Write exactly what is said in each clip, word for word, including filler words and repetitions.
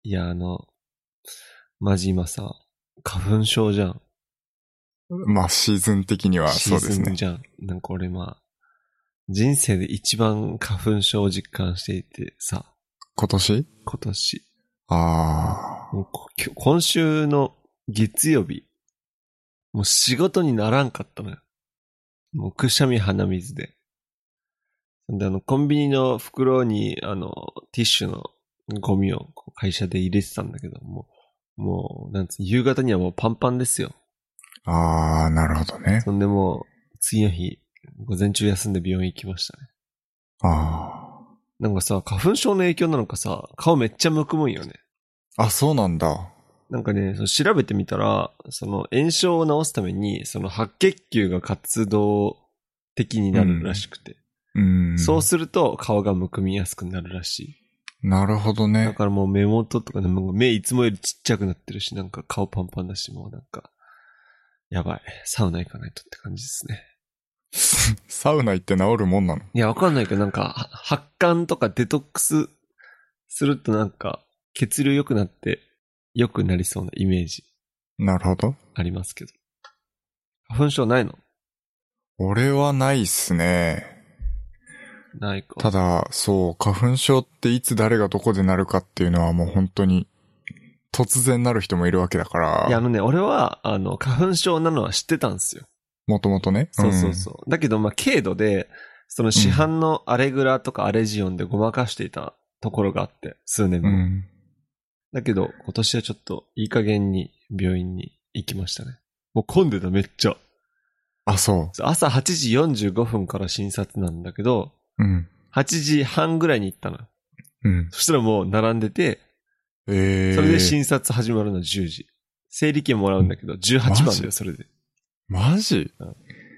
いや、あの、マジ今さ、花粉症じゃん。 まあ、シーズン的にはそうですね。 シーズンじゃん。なんか俺まあ、人生で一番花粉症を実感していてさ。 今年今年。 ああ。 もう今週の月曜日、もう仕事にならんかったのよ。もうくしゃみ鼻水で。で、あの、コンビニの袋に、あの、ティッシュのゴミを会社で入れてたんだけど、もう、もう、なんつう、夕方にはもうパンパンですよ。 ああ、なるほどね。 そんでもう、次の日、午前中休んで病院行きましたね。 ああ。 なんかさ、花粉症の影響なのかさ、顔めっちゃむくむんよね。 あ、そうなんだ。 なんかね、その調べてみたら、その炎症を治すために、その白血球が活動的になるらしくて。 うん。 そうすると顔がむくみやすくなるらしい。 なるほどね。 だからもう目元とかね、目いつもよりちっちゃくなってるし、なんか顔パンパンだし、もうなんか、やばい。サウナ行かないとって感じですね。 サウナ行って治るもんなの？ いや、わかんないけど、なんか、発汗とかデトックスするとなんか、血流良くなって、良くなりそうなイメージ。 なるほど。 ありますけど。花粉症ないの？ 俺はないっすね。 ないか。 ただ、そう、花粉症っていつ誰がどこでなるかっていうのはもう本当に突然なる人もいるわけだから。 いや、あのね、俺は、あの、花粉症なのは知ってたんですよ。 もともとね。 そうそうそう。うん、だけど、まあ、軽度で、その市販のアレグラとかアレジオンでごまかしていたところがあって、数年後。うん、だけど、今年はちょっといい加減に病院に行きましたね。もう混んでた、めっちゃ。 あ、そう。 朝はちじよんじゅうごふんから診察なんだけど、 うん。 はちじはんぐらいに行ったの。 うん。 そしたらもう並んでて、 えー、 それで診察始まるのじゅうじ。整理券もらうんだけど、じゅうはちばんだよ、それで。 マジ、うん、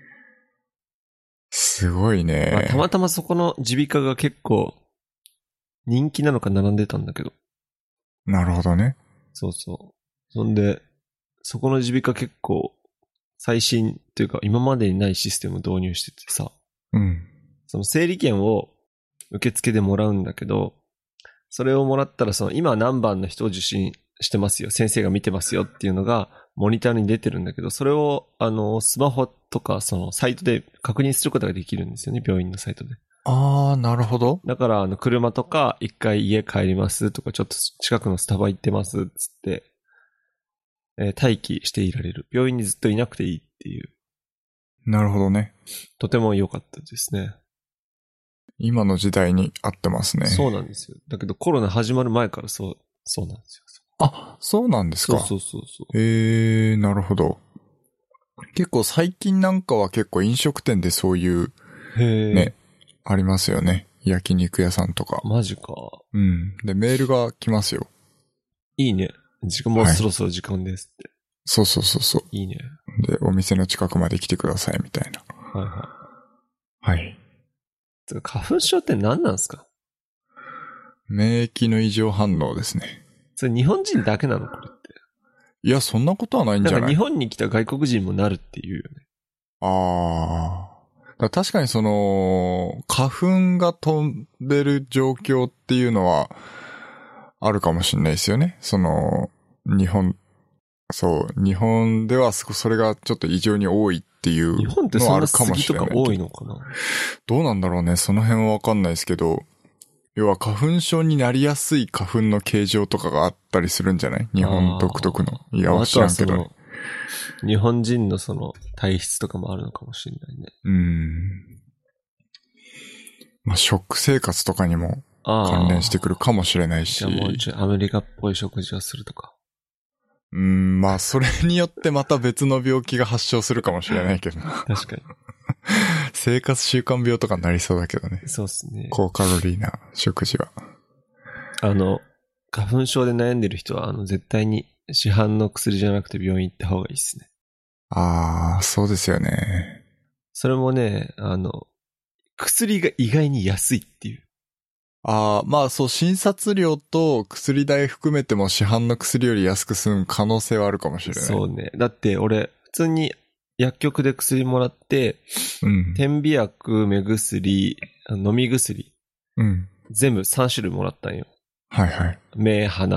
すごいね、 まあ。たまたまそこの耳鼻科が結構人気なのか並んでたんだけど。 なるほどね。 そうそう。そんで、そこの耳鼻科結構最新っていうか今までにないシステムを導入しててさ。 うん。 その整理券を受付でもらうんだけど、それをもらったらその今何番の人を受診してますよ。先生が見てますよっていうのがモニターに出てるんだけど、それをあのスマホとかそのサイトで確認することができるんですよね。病院のサイトで。 あー、なるほど。 だからあの車とか一回家帰りますとかちょっと近くのスタバ行ってますっつって、えー、待機していられる。病院にずっといなくていいっていう。 なるほどね。 とても良かったですね。 今の時代に合ってますね。 そうなんですよ。だけどコロナ始まる前からそう、そうなんですよ。 あ、そうなんですか。 そうそうそうそう。 へえー、なるほど。結構最近なんかは結構飲食店でそういう、ね、ありますよね。焼肉屋さんとか。 マジか。 うん。で、メールが来ますよ。 いいね。時間もうそろそろ時間ですって。はい、 そうそうそうそう。 いいね。 で、お店の近くまで来てくださいみたいな。 はいはい。 はい。 花粉症って何なんですか？ 免疫の異常反応ですね。 それ日本人だけなのこれって。 いや、そんなことはないんじゃない？ なんか日本に来た外国人もなるっていうよね。 ああ。確かにその、花粉が飛んでる状況っていうのは、あるかもしれないですよね。その、日本、そう、日本ではそれがちょっと異常に多いっていうのはあるかもしれない。 日本ってそんな杉とか多いのかな？ どうなんだろうね。その辺はわかんないですけど、要は花粉症になりやすい花粉の形状とかがあったりするんじゃない？日本独特の。いや、知らんけど、ね。 日本人のその体質とかもあるのかもしれないね。 うーん。まあ、食生活とかにも関連してくるかもしれないし。 じゃあもうちょいアメリカっぽい食事をするとか。 うーん、まあ、それによってまた別の病気が発症するかもしれないけどな。 確かに。 生活習慣病とかになりそうだけどね。 そうですね。 高カロリーな食事は。 あの、花粉症で悩んでる人は、あの、絶対に市販の薬じゃなくて病院行った方がいいですね。 ああ、そうですよね。 それもね、あの、薬が意外に安いっていう。 ああ、まあそう、診察料と薬代含めても市販の薬より安く済む可能性はあるかもしれない。 そうね。だって俺、普通に薬局で薬もらって、 うん。 点鼻薬、目薬、飲み薬。 うん。 全部さん種類もらったんよ。 はいはい。 目、鼻、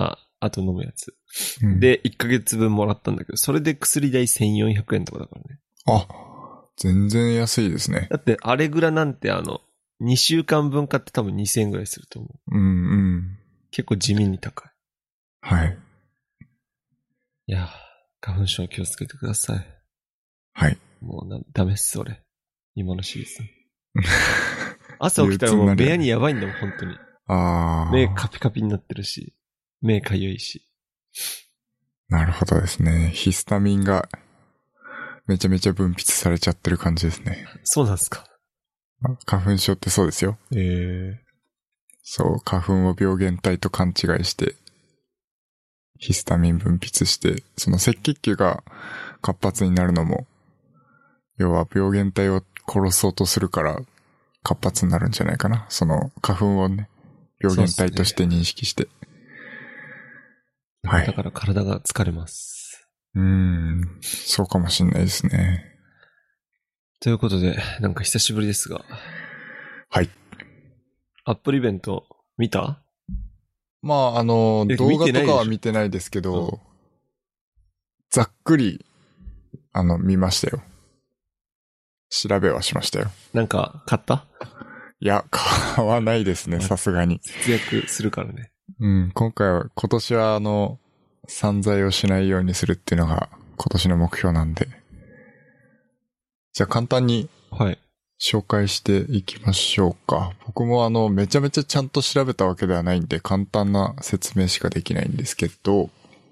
あと飲むやつ。 うん、 で、いっかげつぶんもらったんだけど、それで薬代せんよんひゃくえんとかだからね。 あ、全然安いですね。 だって、アレグラなんてあの、にしゅうかんぶん買って多分にせんえんぐらいすると思う。 うんうん。 結構地味に高い。 はい。 いやー、花粉症気をつけてください。 はい。 もうな、ダメっす、俺。今のシーズン。朝起きたらもう目やにやばいんだもん、本当に。 ああ。 目カピカピになってるし、目かゆいし。 なるほどですね。ヒスタミンがめちゃめちゃ分泌されちゃってる感じですね。 そうなんすか。 花粉症ってそうですよ。 ええー。 そう、花粉を病原体と勘違いして、ヒスタミン分泌して、その赤血球が活発になるのも、要は病原体を殺そうとするから活発になるんじゃないかな。その花粉をね、病原体として認識して。 はい。だから体が疲れます。 うーん、そうかもしんないですね。 ということで、なんか久しぶりですが。 はい。 アップルイベント見た？ まあ、あの、動画とかは見てないですけど、うん、ざっくり、あの、見ましたよ。調べはしましたよ。 なんか、買った？ いや、買わないですね、さすがに。 節約するからね。 うん、今回は、今年はあの、散財をしないようにするっていうのが今年の目標なんで。じゃあ簡単に、 はい。 紹介していきましょうか。僕もあの、めちゃめちゃちゃんと調べたわけではないんで、簡単な説明しかできないんですけど、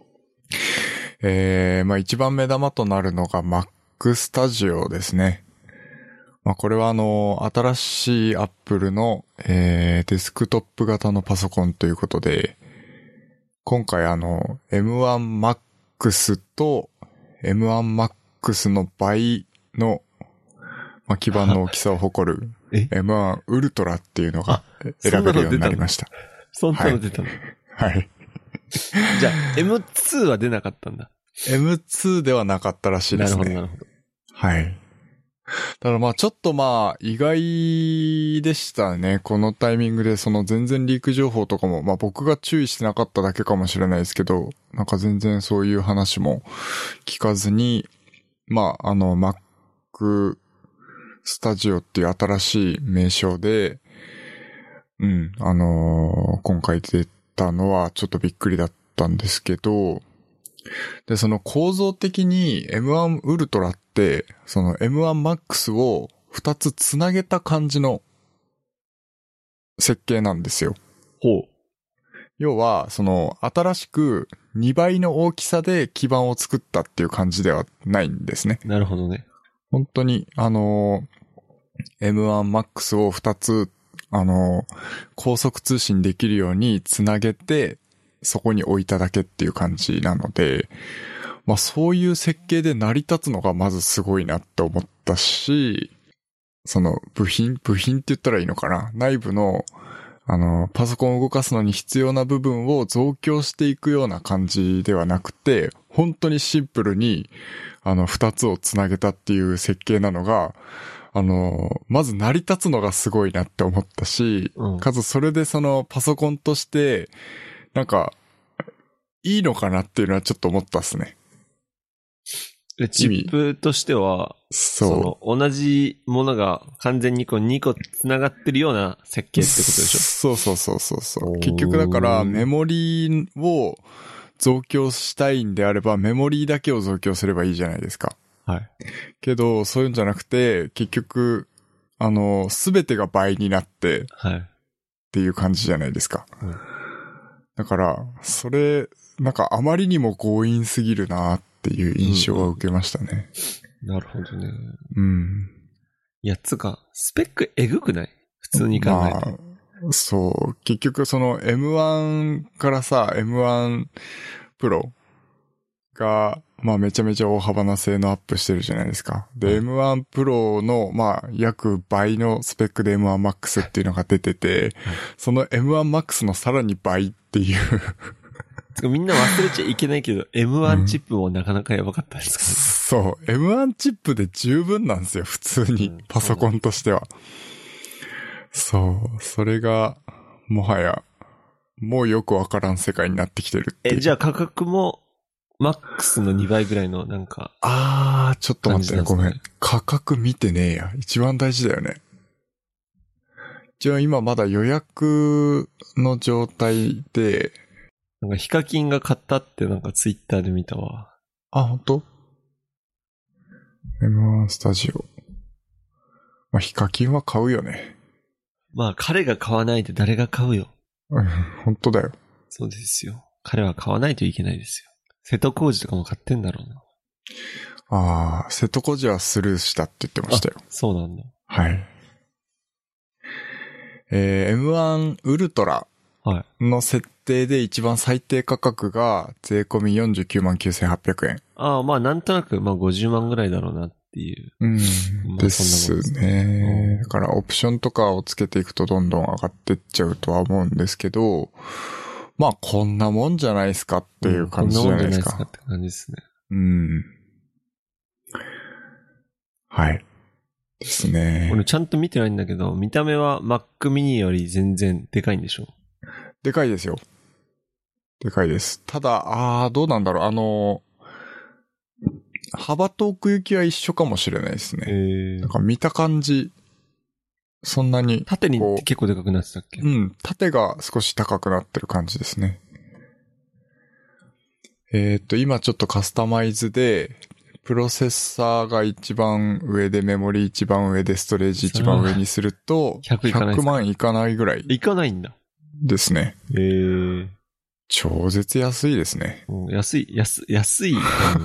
えー、まあ一番目玉となるのが Mac Studio ですね。まあこれはあの、新しい Apple の、えー、デスクトップ型のパソコンということで、今回あの、エムワン Max と エムワン Max の倍のまあ、基板の大きさを誇る エムワン ウルトラっていうのが選べるようになりました。 そんなの出たの？ はい。はい、 じゃあ エムツー は出なかったんだ。 エムツー ではなかったらしいですね。 なるほど、なるほど。 はい。だからまあちょっとまあ意外でしたね。このタイミングでその全然リーク情報とかもまあ僕が注意してなかっただけかもしれないですけど、なんか全然そういう話も聞かずに、まああの Macスタジオっていう新しい名称で、うん、あのー、今回出たのはちょっとびっくりだったんですけど、で、その構造的に エムワン ウルトラって、その エムワン マックスをふたつつなげた感じの設計なんですよ。 ほう。 要は、その新しくにばいの大きさで基板を作ったっていう感じではないんですね。 なるほどね。 本当に、あのー、エムワン マックスをふたつ、あのー、高速通信できるようにつなげて、そこに置いただけっていう感じなので、まあそういう設計で成り立つのがまずすごいなって思ったし、その部品、部品って言ったらいいのかな？内部の、あの、パソコンを動かすのに必要な部分を増強していくような感じではなくて、本当にシンプルに、あの、二つをつなげたっていう設計なのが、あの、まず成り立つのがすごいなって思ったし、うん、かつそれでそのパソコンとして、なんか、いいのかなっていうのはちょっと思ったっすね。 チップとしては、そう。その同じものが完全にこうにこ繋がってるような設計ってことでしょ？ そうそうそうそうそう。結局だからメモリーを増強したいんであればメモリーだけを増強すればいいじゃないですか。 はい。 けど、そういうんじゃなくて、結局、あの、すべてが倍になって、 はい。 っていう感じじゃないですか。 うん、 だから、それ、なんかあまりにも強引すぎるなっていう印象は受けましたね。 うんうん、なるほどね。 うん。 いや、つか、スペックえぐくない？普通に考えて。 まあ、そう。結局その エムワン からさ、エムワン プロが、まあめちゃめちゃ大幅な性能アップしてるじゃないですか。で、はい、エムワン プロの、まあ約倍のスペックで エムワン マックス っていうのが出てて、はい、その エムワン マックス のさらに倍っていうみんな忘れちゃいけないけど、エムワン チップもなかなかやばかったですからね、うん。そう。エムワン チップで十分なんですよ、普通に。うん、パソコンとしては。そう。それが、もはや、 もうよくわからん世界になってきてるっていう。 え、じゃあ価格も、マックスのにばいぐらいのなんか。 あー、ちょっと待ってね、 感じなんですねごめん。価格見てねえや。一番大事だよね。じゃあ今まだ予約の状態で、 なんかヒカキンが買ったってなんかツイッターで見たわ。 あ、ほんと ?エムワン スタジオ。まあ、ヒカキンは買うよね。 まあ彼が買わないで誰が買うよ。 うん、ほんとだよ。 そうですよ。彼は買わないといけないですよ。瀬戸康史とかも買ってんだろうな。 あー、瀬戸康史はスルーしたって言ってましたよ。 そうなんだ。 はい。えー、エムワン ウルトラの設定で一番最低価格が税込みよんじゅうきゅうまんきゅうせんはっぴゃくえん。 ああ、まあなんとなくまあごじゅうまんぐらいだろうなっていう。 うん。 まあですね。だからオプションとかをつけていくとどんどん上がってっちゃうとは思うんですけど、まあこんなもんじゃないですかっていう感じじゃないですか。 うん、こんなもんじゃないですかって感じですね。 うん。はい。ですね。 俺ちゃんと見てないんだけど、見た目は Mac mini より全然でかいんでしょ？ でかいですよ。でかいです。ただ、あー、どうなんだろう。あの、幅と奥行きは一緒かもしれないですね。 えー、 なんか見た感じ、そんなに。 縦に結構でかくなってたっけ？ うん、縦が少し高くなってる感じですね。えっと、今ちょっとカスタマイズで、プロセッサーが一番上でメモリ一番上でストレージ一番上にすると、 ひゃくいかないですか？ ひゃくまんいかないぐらい。 いかないんだ。 ですね。 えー、 超絶安いですね。 うん、安い、安、安い。うん、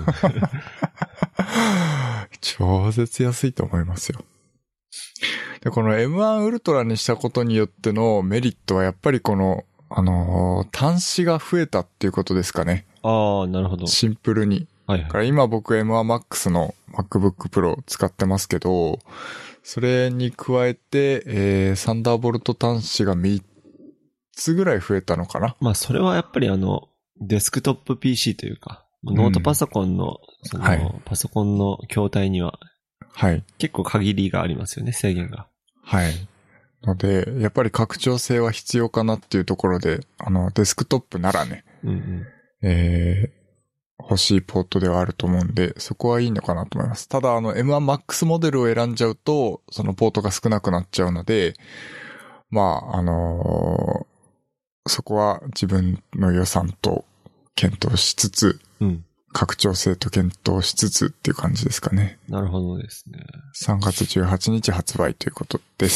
超絶安いと思いますよ。で、この エムワン ウルトラにしたことによってのメリットはやっぱりこの、あのー、端子が増えたっていうことですかね。 ああ、なるほど。 シンプルに。 はいはい。 だから今僕 エムワンマックス の MacBook Pro 使ってますけど、それに加えて、えー、サンダーボルト端子がみっつぐらい増えたのかな。 まあそれはやっぱりあの、デスクトップ ピーシー というか、ノートパソコンの、その、はい、パソコンの筐体には、 はい。 結構限りがありますよね、制限が。 はい。ので、やっぱり拡張性は必要かなっていうところで、あの、デスクトップならね、 うんうん、 えー、欲しいポートではあると思うんで、そこはいいのかなと思います。ただ、あの、エムワンマックス モデルを選んじゃうと、そのポートが少なくなっちゃうので、まあ、あのー、そこは自分の予算と検討しつつ、うん、拡張性と検討しつつっていう感じですかね。 なるほどですね。 さんがつじゅうはちにち発売ということです。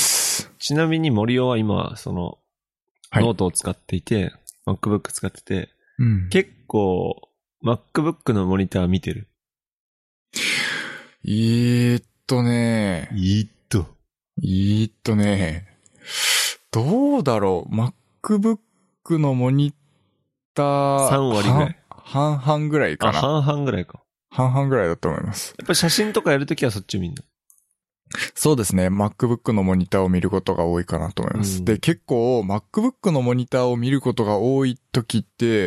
ちなみに森尾は今、その、はい、ノートを使っていて、MacBook 使ってて、うん、結構、MacBook のモニター見てる？ えーっとね。 えーっと。 えーっとね。どうだろう。MacBook のモニター。 さんわりぐらい。 半々ぐらいかな。 あ、半々ぐらいか。 半々ぐらいだと思います。 やっぱ写真とかやるときはそっち見んの？ そうですね。MacBook のモニターを見ることが多いかなと思います。うん、で、結構 MacBook のモニターを見ることが多いときって、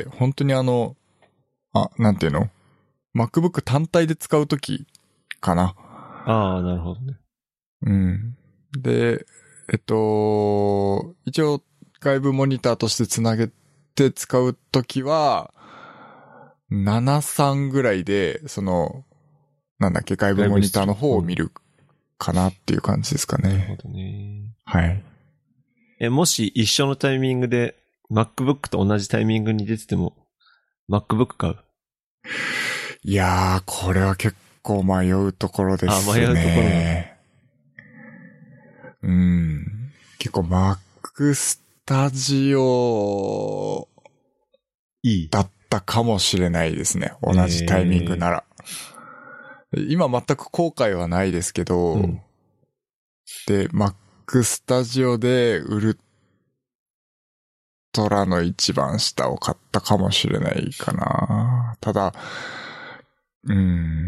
本当にあの、あ、なんていうの？ MacBook 単体で使うときかな。 ああ、なるほどね。 うん。で、えっと、一応外部モニターとしてつなげて使うときは、ななさんぐらいで、その、なんだっけ、外部モニターの方を見るかなっていう感じですかね。 なるほどね。 はい。 え、もし一緒のタイミングで MacBook と同じタイミングに出てても MacBook 買う？ いやー、これは結構迷うところですね。 あ、迷うところね。 うん。結構 Mac Studio いいだったかもしれないですね。同じタイミングなら。えー、今全く後悔はないですけど、うん、で、Mac Studio でウルトラの一番下を買ったかもしれないかな。ただ、うん。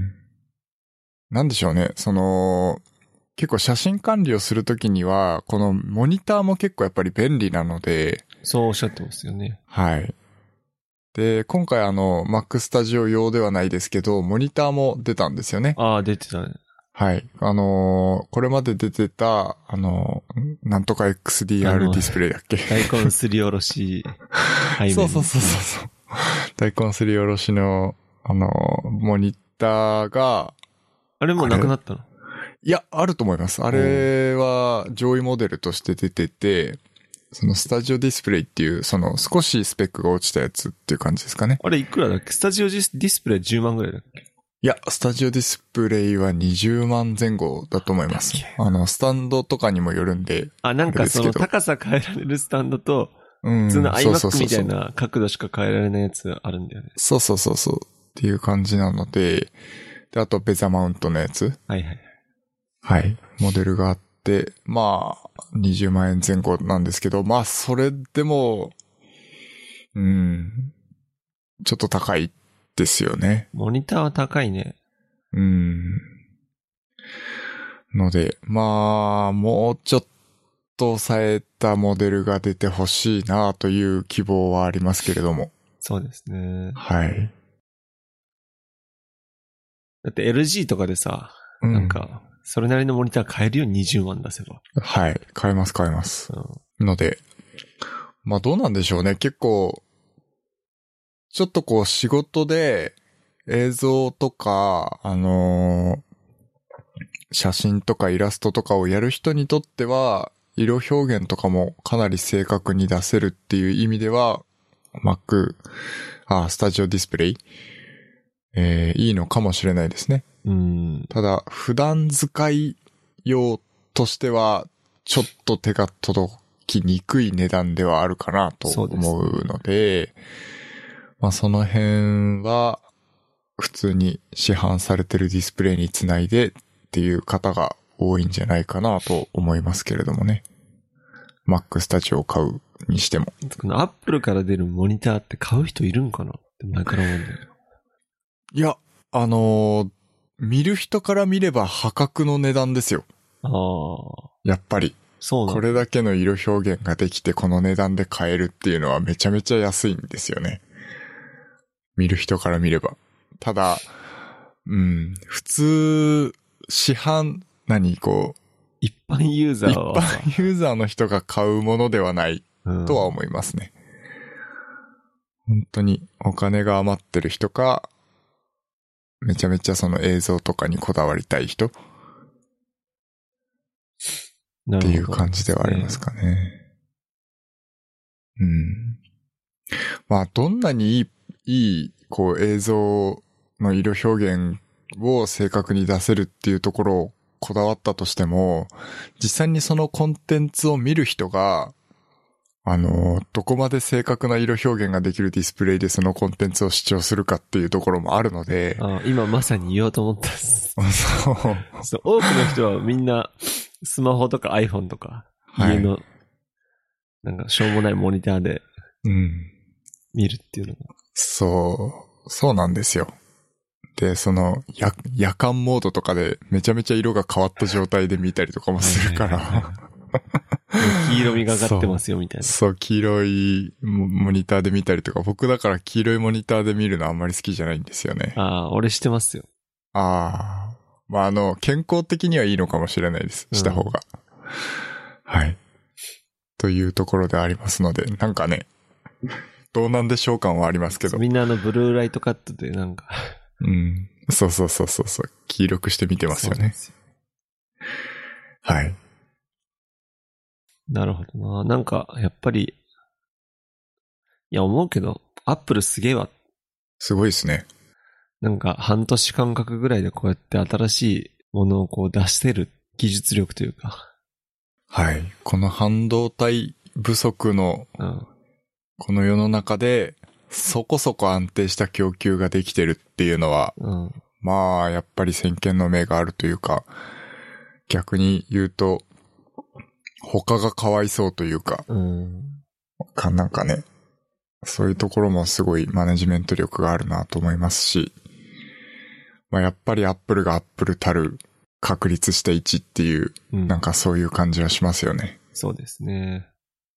なんでしょうね。その、結構写真管理をするときには、このモニターも結構やっぱり便利なので。 そうおっしゃってますよね。 はい。で、今回あの、Mac Studio 用ではないですけど、モニターも出たんですよね。 ああ、出てたね。 はい。あのーこれまで出てた、あのーなんとか エックスディーアール ディスプレイだっけ大根すりおろし背面。 そうそうそうそうそう。大根すりおろしの、あのーモニターが、 あれもうなくなったの？ いや、あると思います。あれは上位モデルとして出てて、そのスタジオディスプレイっていう、その少しスペックが落ちたやつっていう感じですかね。 あれいくらだっけ？スタジオディスディスプレイじゅうまんぐらいだっけ？ いや、スタジオディスプレイはにじゅうまんぜん後だと思います。あの、スタンドとかにもよるんで。 あ、なんかその高さ変えられるスタンドと、普通の iMac みたいな角度しか変えられないやつあるんだよね。 そうそうそうそう。っていう感じなので、で、あとベザマウントのやつ。 はいはい。 はい。モデルがあって、まあ、にじゅうまんえんぜん後なんですけど、まあ、それでも、うん、ちょっと高いですよね。 モニターは高いね。 うん。ので、まあ、もうちょっと抑えたモデルが出てほしいなという希望はありますけれども。 そうですね。 はい。 だって エルジー とかでさ、 うん、 なんか、それなりのモニター買えるよ、にじゅうまん出せば。 はい。買えます買えます。 うん、 ので、まあどうなんでしょうね。結構、ちょっとこう仕事で映像とか、あのー、写真とかイラストとかをやる人にとっては、色表現とかもかなり正確に出せるっていう意味では、Mac、あ、スタジオディスプレイ、えー、いいのかもしれないですね。 うん。 ただ、普段使い用としては、ちょっと手が届きにくい値段ではあるかなと思うので、でね、まあその辺は、普通に市販されてるディスプレイにつないでっていう方が多いんじゃないかなと思いますけれどもね。Mac Studio を買うにしても。 この Apple から出るモニターって買う人いるんかなって前から思うんだよ。 いや、あのー、見る人から見れば破格の値段ですよ。 ああ。 やっぱり。 そうなんだ。 これだけの色表現ができてこの値段で買えるっていうのはめちゃめちゃ安いんですよね。見る人から見れば。ただ、うん、普通、市販、何こう、 一般ユーザーは。 一般ユーザーの人が買うものではないとは思いますね。うん、本当にお金が余ってる人か、めちゃめちゃその映像とかにこだわりたい人っていう感じではありますかね。うん。まあ、どんなにいい、いい、こう映像の色表現を正確に出せるっていうところをこだわったとしても、実際にそのコンテンツを見る人が、あの、どこまで正確な色表現ができるディスプレイでそのコンテンツを視聴するかっていうところもあるので。 ああ、今まさに言おうと思ったっす。 そう。 そう。多くの人はみんなスマホとか iPhone とか、家の、なんかしょうもないモニターで見るっていうのが。 そう、そうなんですよ。で、その、や、夜間モードとかでめちゃめちゃ色が変わった状態で見たりとかもするから。 黄色みがかってますよみたいな。 そう、そう黄色いモニターで見たりとか、僕だから黄色いモニターで見るのあんまり好きじゃないんですよね。 ああ、俺してますよ。 ああ。まあ、あの、健康的にはいいのかもしれないです。した方が。うん、はい。というところでありますので、なんかね、どうなんでしょう感はありますけど。 みんなあのブルーライトカットでなんか。 うん。そうそうそうそうそう。黄色くして見てますよね。よはい。 なるほどな。なんか、やっぱり、いや思うけど、アップルすげえわ。 すごいですね。 なんか半年間隔ぐらいでこうやって新しいものをこう出してる技術力というか。 はい。この半導体不足の、この世の中で、そこそこ安定した供給ができてるっていうのは、うん、まあ、やっぱり先見の明があるというか、逆に言うと、他がかわいそうというか、うん、かなんかね、そういうところもすごいマネジメント力があるなと思いますし、まあやっぱりアップルがアップルたる確立した位置っていう、うん、なんかそういう感じはしますよね。 そうですね。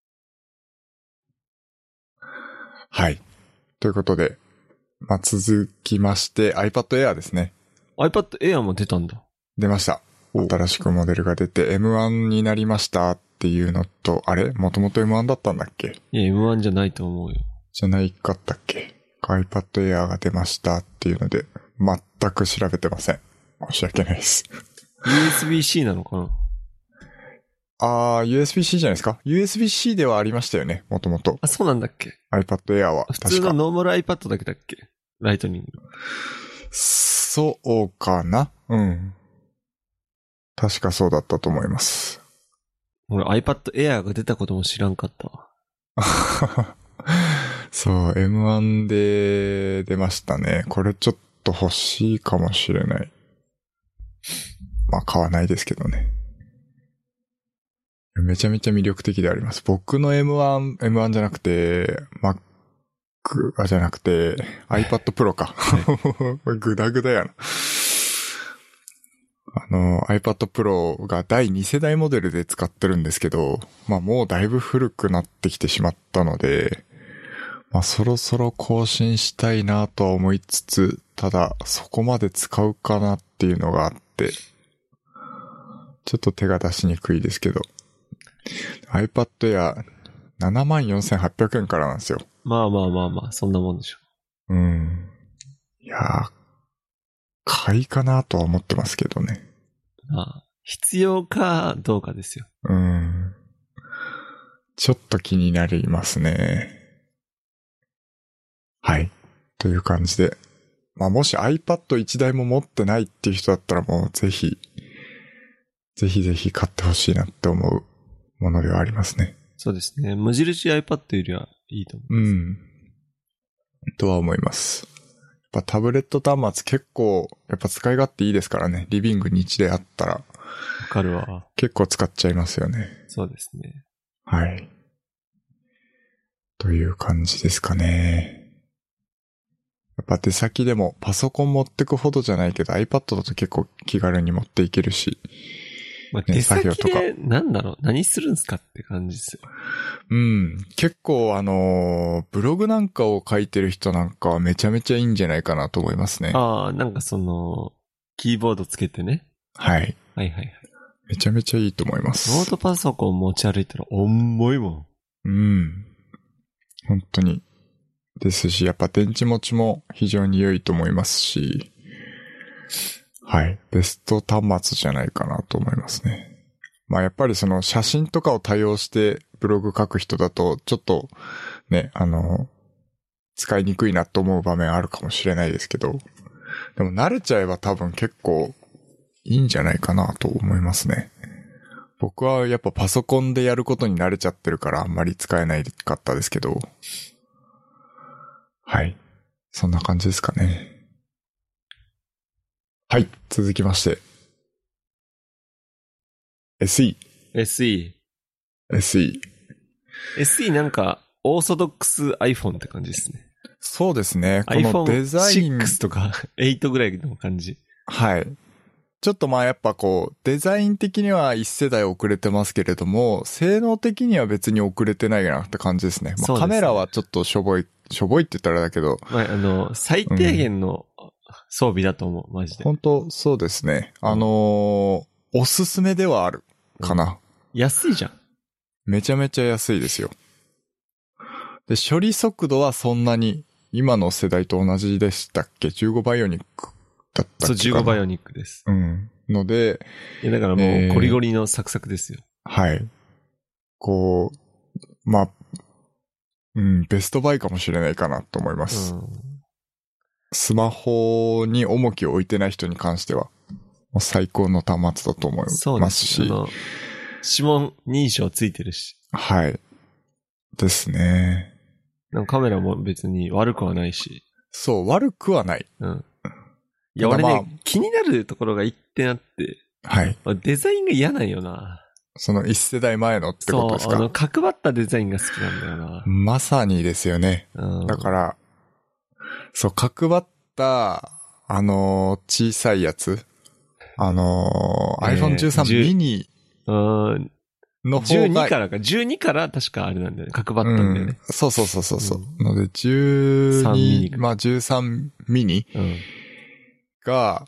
はい。ということで、まあ続きまして iPad Air ですね。 iPad Air も出たんだ。 出ました。新しくモデルが出て エムワン になりましたっていうのと、あれもともと エムワン だったんだっけ？ いや、エムワン じゃないと思うよ。 じゃないかったっけ？ iPad Air が出ましたっていうので、全く調べてません。申し訳ないです。 ユーエスビー-C なのかな？ あー、ユーエスビー-C じゃないですか？ ユーエスビー-C ではありましたよね、もともと。 あ、そうなんだっけ？ iPad Air は。 普通のノーマル iPad だけだっけ？ライトニング。 そうかな？うん。確かそうだったと思います。 俺 iPad Air が出たことも知らんかったわ。 そう、エムワン で出ましたね。これちょっと欲しいかもしれない。まあ買わないですけどね。めちゃめちゃ魅力的であります。僕の エムワン、エムワン じゃなくて、Mac、あ、じゃなくて、iPad Pro か。グダグダやな。あの、iPad Pro がだいに世代モデルで使ってるんですけど、まあもうだいぶ古くなってきてしまったので、まあそろそろ更新したいなとは思いつつ、ただそこまで使うかなっていうのがあって、ちょっと手が出しにくいですけど、iPad Air ななまんよんせんはっぴゃくえんからなんですよ。 まあまあまあまあ、そんなもんでしょ。 うん。いやー、買いかなとは思ってますけどね。 まあ、必要かどうかですよ。 うん。ちょっと気になりますね。はい。という感じで。まあもし iPad 一台も持ってないっていう人だったらもうぜひ、ぜひぜひ買ってほしいなって思うものではありますね。 そうですね。無印 iPad よりはいいと思います。 うん。とは思います。やっぱタブレット端末結構やっぱ使い勝手いいですからね。リビングにいちであったら。わかるわ。 結構使っちゃいますよね。 そうですね。 はい。という感じですかね。やっぱ出先でもパソコン持ってくほどじゃないけど iPad だと結構気軽に持っていけるし。 まあ、出先で何だろう何するんすかって感じですよ。 うん。結構あのー、ブログなんかを書いてる人なんかはめちゃめちゃいいんじゃないかなと思いますね。 ああ、なんかその、キーボードつけてね。 はい。 はいはいはい。 めちゃめちゃいいと思います。 ノートパソコン持ち歩いたら重いもん。うん。本当に。ですし、やっぱ電池持ちも非常に良いと思いますし、はい。ベスト端末じゃないかなと思いますね。まあやっぱりその写真とかを多用してブログ書く人だと、ちょっとね、あの、使いにくいなと思う場面あるかもしれないですけど、でも慣れちゃえば多分結構いいんじゃないかなと思いますね。僕はやっぱパソコンでやることに慣れちゃってるからあんまり使えないかったですけど、はい。そんな感じですかね。はい。続きまして。エスイー。 エスイー。エスイー。エスイー なんか、オーソドックス iPhone って感じですね。 そうですね。このデザイン。 iPhone シックスとかエイトぐらいの感じ。 はい。ちょっとまあやっぱこう、デザイン的には一世代遅れてますけれども、性能的には別に遅れてないなって感じですね。まあ、カメラはちょっとしょぼい、しょぼいって言ったらだけど。 まあ、あの、最低限の装備だと思う、うん、マジで。 本当そうですね。あのー、おすすめではあるかな、うん。 安いじゃん。 めちゃめちゃ安いですよ。で、処理速度はそんなに今の世代と同じでしたっけ ?じゅうご バイオニックだったっけ？ そう、じゅうごバイオニックです。 うん。ので、 いやだからもうゴリゴリのサクサクですよ。 えー、はい。こう、まあ、うん、ベストバイかもしれないかなと思います。うん、スマホに重きを置いてない人に関しては、もう最高の端末だと思いますし。そうですね。あの、 指紋認証ついてるし。 はい。ですね。 カメラも別に悪くはないし。 そう、悪くはない。 うん。いや、俺ね、まあ、気になるところが一点あって。 はい。 デザインが嫌なんよな。 その一世代前のってことですか？ そう、あの、角張ったデザインが好きなんだよな。 まさにですよね。うん、だから、そう、角張った、あのー、小さいやつ。あのー、えー、アイフォンじゅうさん mini の方が。 じゅうにからか。じゅうにから確かあれなんだよね。角張ったんだよね。 うん、そうそうそうそうそう。うん、ので、じゅうに、まあじゅうさん mini、うん、が、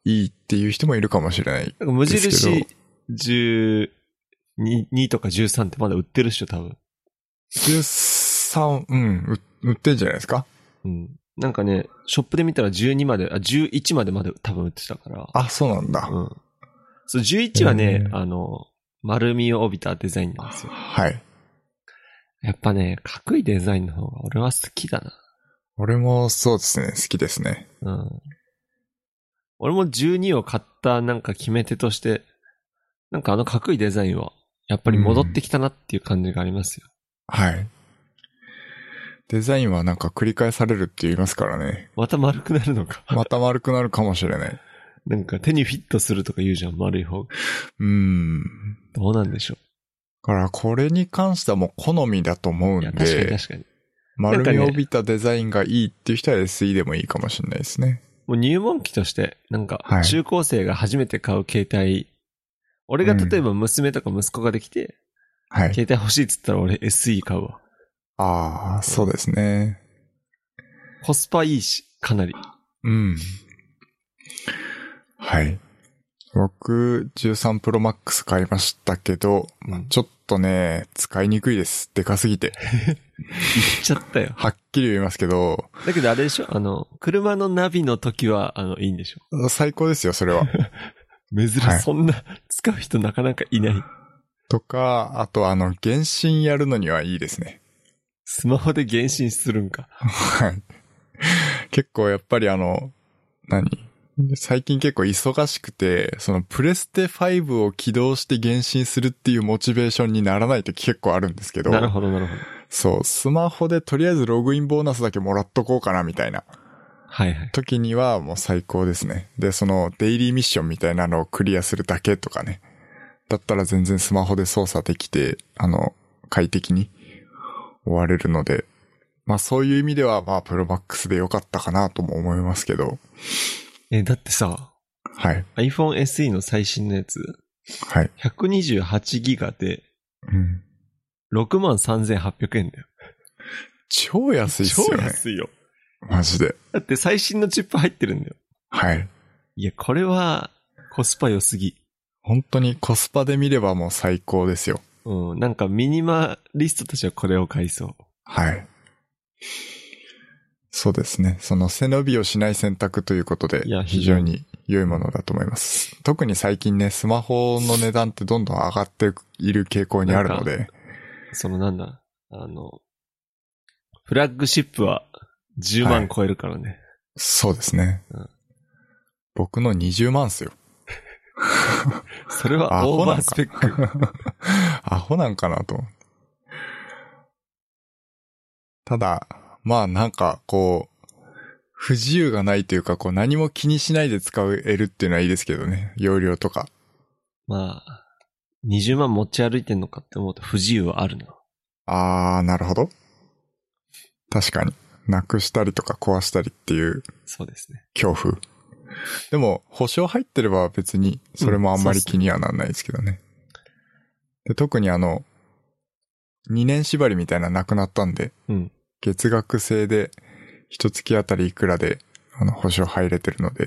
いいっていう人もいるかもしれないなんか無ですけど。 印じゅうにとかじゅうさんってまだ売ってるっしょ、多分。 じゅうさん、うん、売ってんじゃないですか。 うん。なんかね、ショップで見たらじゅうにまで、あ、じゅういちまでまで多分売ってたから。 あ、そうなんだ。 うん。そう、じゅういちはね、 えー、 あの、丸みを帯びたデザインなんですよ。 はい。 やっぱね、かっこいいデザインの方が俺は好きだな。 俺もそうですね、好きですね。 うん。俺もじゅうにを買ったなんか決め手として、なんかあのかっこいいデザインは、やっぱり戻ってきたなっていう感じがありますよ。 うん、はい。デザインはなんか繰り返されるって言いますからね。 また丸くなるのか。 また丸くなるかもしれない。 なんか手にフィットするとか言うじゃん、丸い方が。 うーん。 どうなんでしょう。 だからこれに関してはもう好みだと思うんで。 いや、確かに確かに。 丸みを帯びたデザインがいいっていう人は エスイー でもいいかもしれないですね。 もう入門機として、なんか、中高生が初めて買う携帯、はい、俺が例えば娘とか息子ができて、はい、携帯欲しいっつったら俺 エスイー 買うわ。 ああ、そうですね。 コスパいいし、かなり。 うん。はい。僕、じゅうさんプロマックス買いましたけど、うん、ちょっとね、使いにくいです。でかすぎて。 言っちゃったよ。 はっきり言いますけど。 だけどあれでしょ、あの、車のナビの時は、あの、いいんでしょ。 最高ですよ、それは。 珍しい、はい。そんな、使う人なかなかいない。 とか、あとあの、原神やるのにはいいですね。 スマホで原神するんか。 はい。結構やっぱりあの、何最近結構忙しくて、そのプレステファイブを起動して原神するっていうモチベーションにならないと結構あるんですけど。 なるほどなるほど。 そう、スマホでとりあえずログインボーナスだけもらっとこうかなみたいな。 はいはい。 時にはもう最高ですね。で、そのデイリーミッションみたいなのをクリアするだけとかね。だったら全然スマホで操作できて、あの、快適に終われるので。まあそういう意味ではまあプロマックスで良かったかなとも思いますけど。 え、だってさ、 はい。 iPhone エスイー の最新のやつ、 はい。 ひゃくにじゅうはちギガで、 うん。 ろくまんさんぜんはっぴゃくえんだよ。 超安いっすよね。 超安いよ。 マジで。 だって最新のチップ入ってるんだよ。 はい。 いや、これはコスパ良すぎ。 本当にコスパで見ればもう最高ですよ。 うん。なんかミニマリストとしてはこれを買いそう。 はい。そうですね。その背伸びをしない選択ということで、非常に良いものだと思います。特に最近ね、スマホの値段ってどんどん上がっている傾向にあるので。 そのなんだ、あの、フラッグシップはじゅうまん超えるからね。はい、 そうですね。うん、僕のにじゅうまんっすよ。 それはオーバースペック。 アホなんかなと。ただ、まあなんかこう、不自由がないというかこう何も気にしないで使えるっていうのはいいですけどね。容量とか。 まあ、にじゅうまん持ち歩いてんのかって思うと不自由はあるな。 あー、なるほど。確かに。なくしたりとか壊したりっていう。 そうですね。 恐怖。でも、保証入ってれば別にそれもあんまり気にはならないですけどね。うん、ねで特にあの、にねん縛りみたいななくなったんで、 うん、 月額制で一月あたりいくらであの保証入れてるので、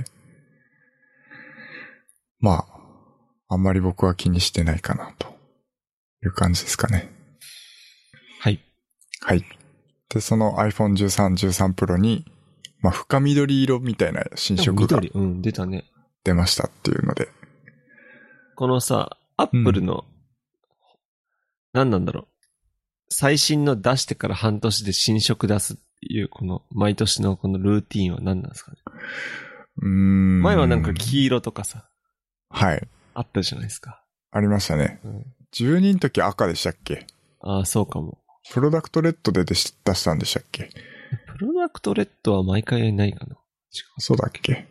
まあ、あんまり僕は気にしてないかなという感じですかね。 はい。 はい。で、その iPhone じゅうさん、じゅうさん Pro に、まあ、深緑色みたいな新色が緑、うん、出たね。 出ましたっていうので。 このさ、Apple の、うん、何なんだろう。最新の出してから半年で新色出すっていう、この、毎年のこのルーティーンは何なんですかね。 うーん。 前はなんか黄色とかさ。 はい。 あったじゃないですか。 ありましたね。うん、じゅうにの時赤でしたっけ？ ああ、そうかも。 プロダクトレッドで出したんでしたっけ？ プロダクトレッドは毎回ないかな。違う。 そうだっけ？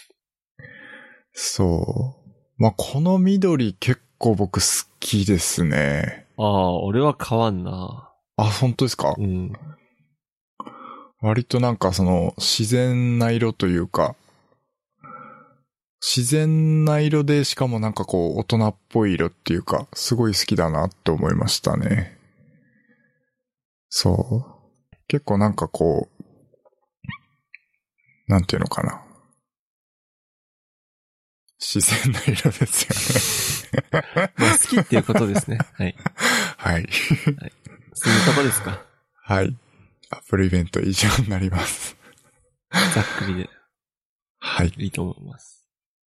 そう。まあ、この緑結構僕好きですね。 ああ、俺は変わんな。 あ、本当ですか？ うん。 割となんかその自然な色というか、自然な色でしかもなんかこう大人っぽい色っていうか、すごい好きだなって思いましたね。そう。結構なんかこう、なんていうのかな。 自然な色ですよね。 まあ好きっていうことですね。はい。 はい。はい。 そんなとこですか。 はい。アップルイベント以上になります。 ざっくりで。 はい。 いいと思います。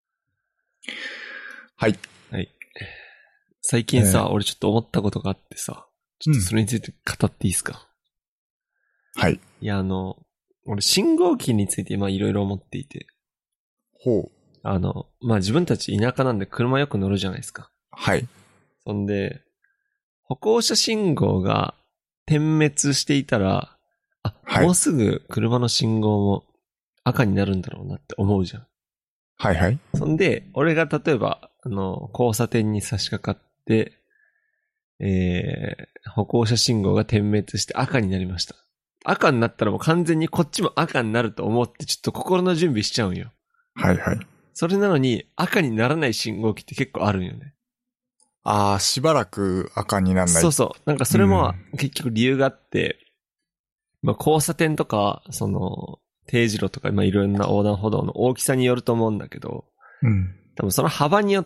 はい。 はい。最近さ、 えー、 俺ちょっと思ったことがあってさ、ちょっとそれについて語っていいですか。 うん、はい。 いや、あの、俺信号機について今いろいろ思っていて。 ほう。 あの、まあ、自分たち田舎なんで車よく乗るじゃないですか。 はい。 そんで、歩行者信号が点滅していたら、あ、はい、もうすぐ車の信号も赤になるんだろうなって思うじゃん。 はいはい。 そんで、俺が例えば、あの、交差点に差し掛かって、えー、歩行者信号が点滅して赤になりました。赤になったらもう完全にこっちも赤になると思ってちょっと心の準備しちゃうんよ。 はいはい。 それなのに赤にならない信号機って結構あるんよね。 ああ、しばらく赤にならない。 そうそう。なんかそれも結局理由があって、うん、まあ交差点とか、その、定時路とか、まあいろんな横断歩道の大きさによると思うんだけど、 うん。 多分その幅によって、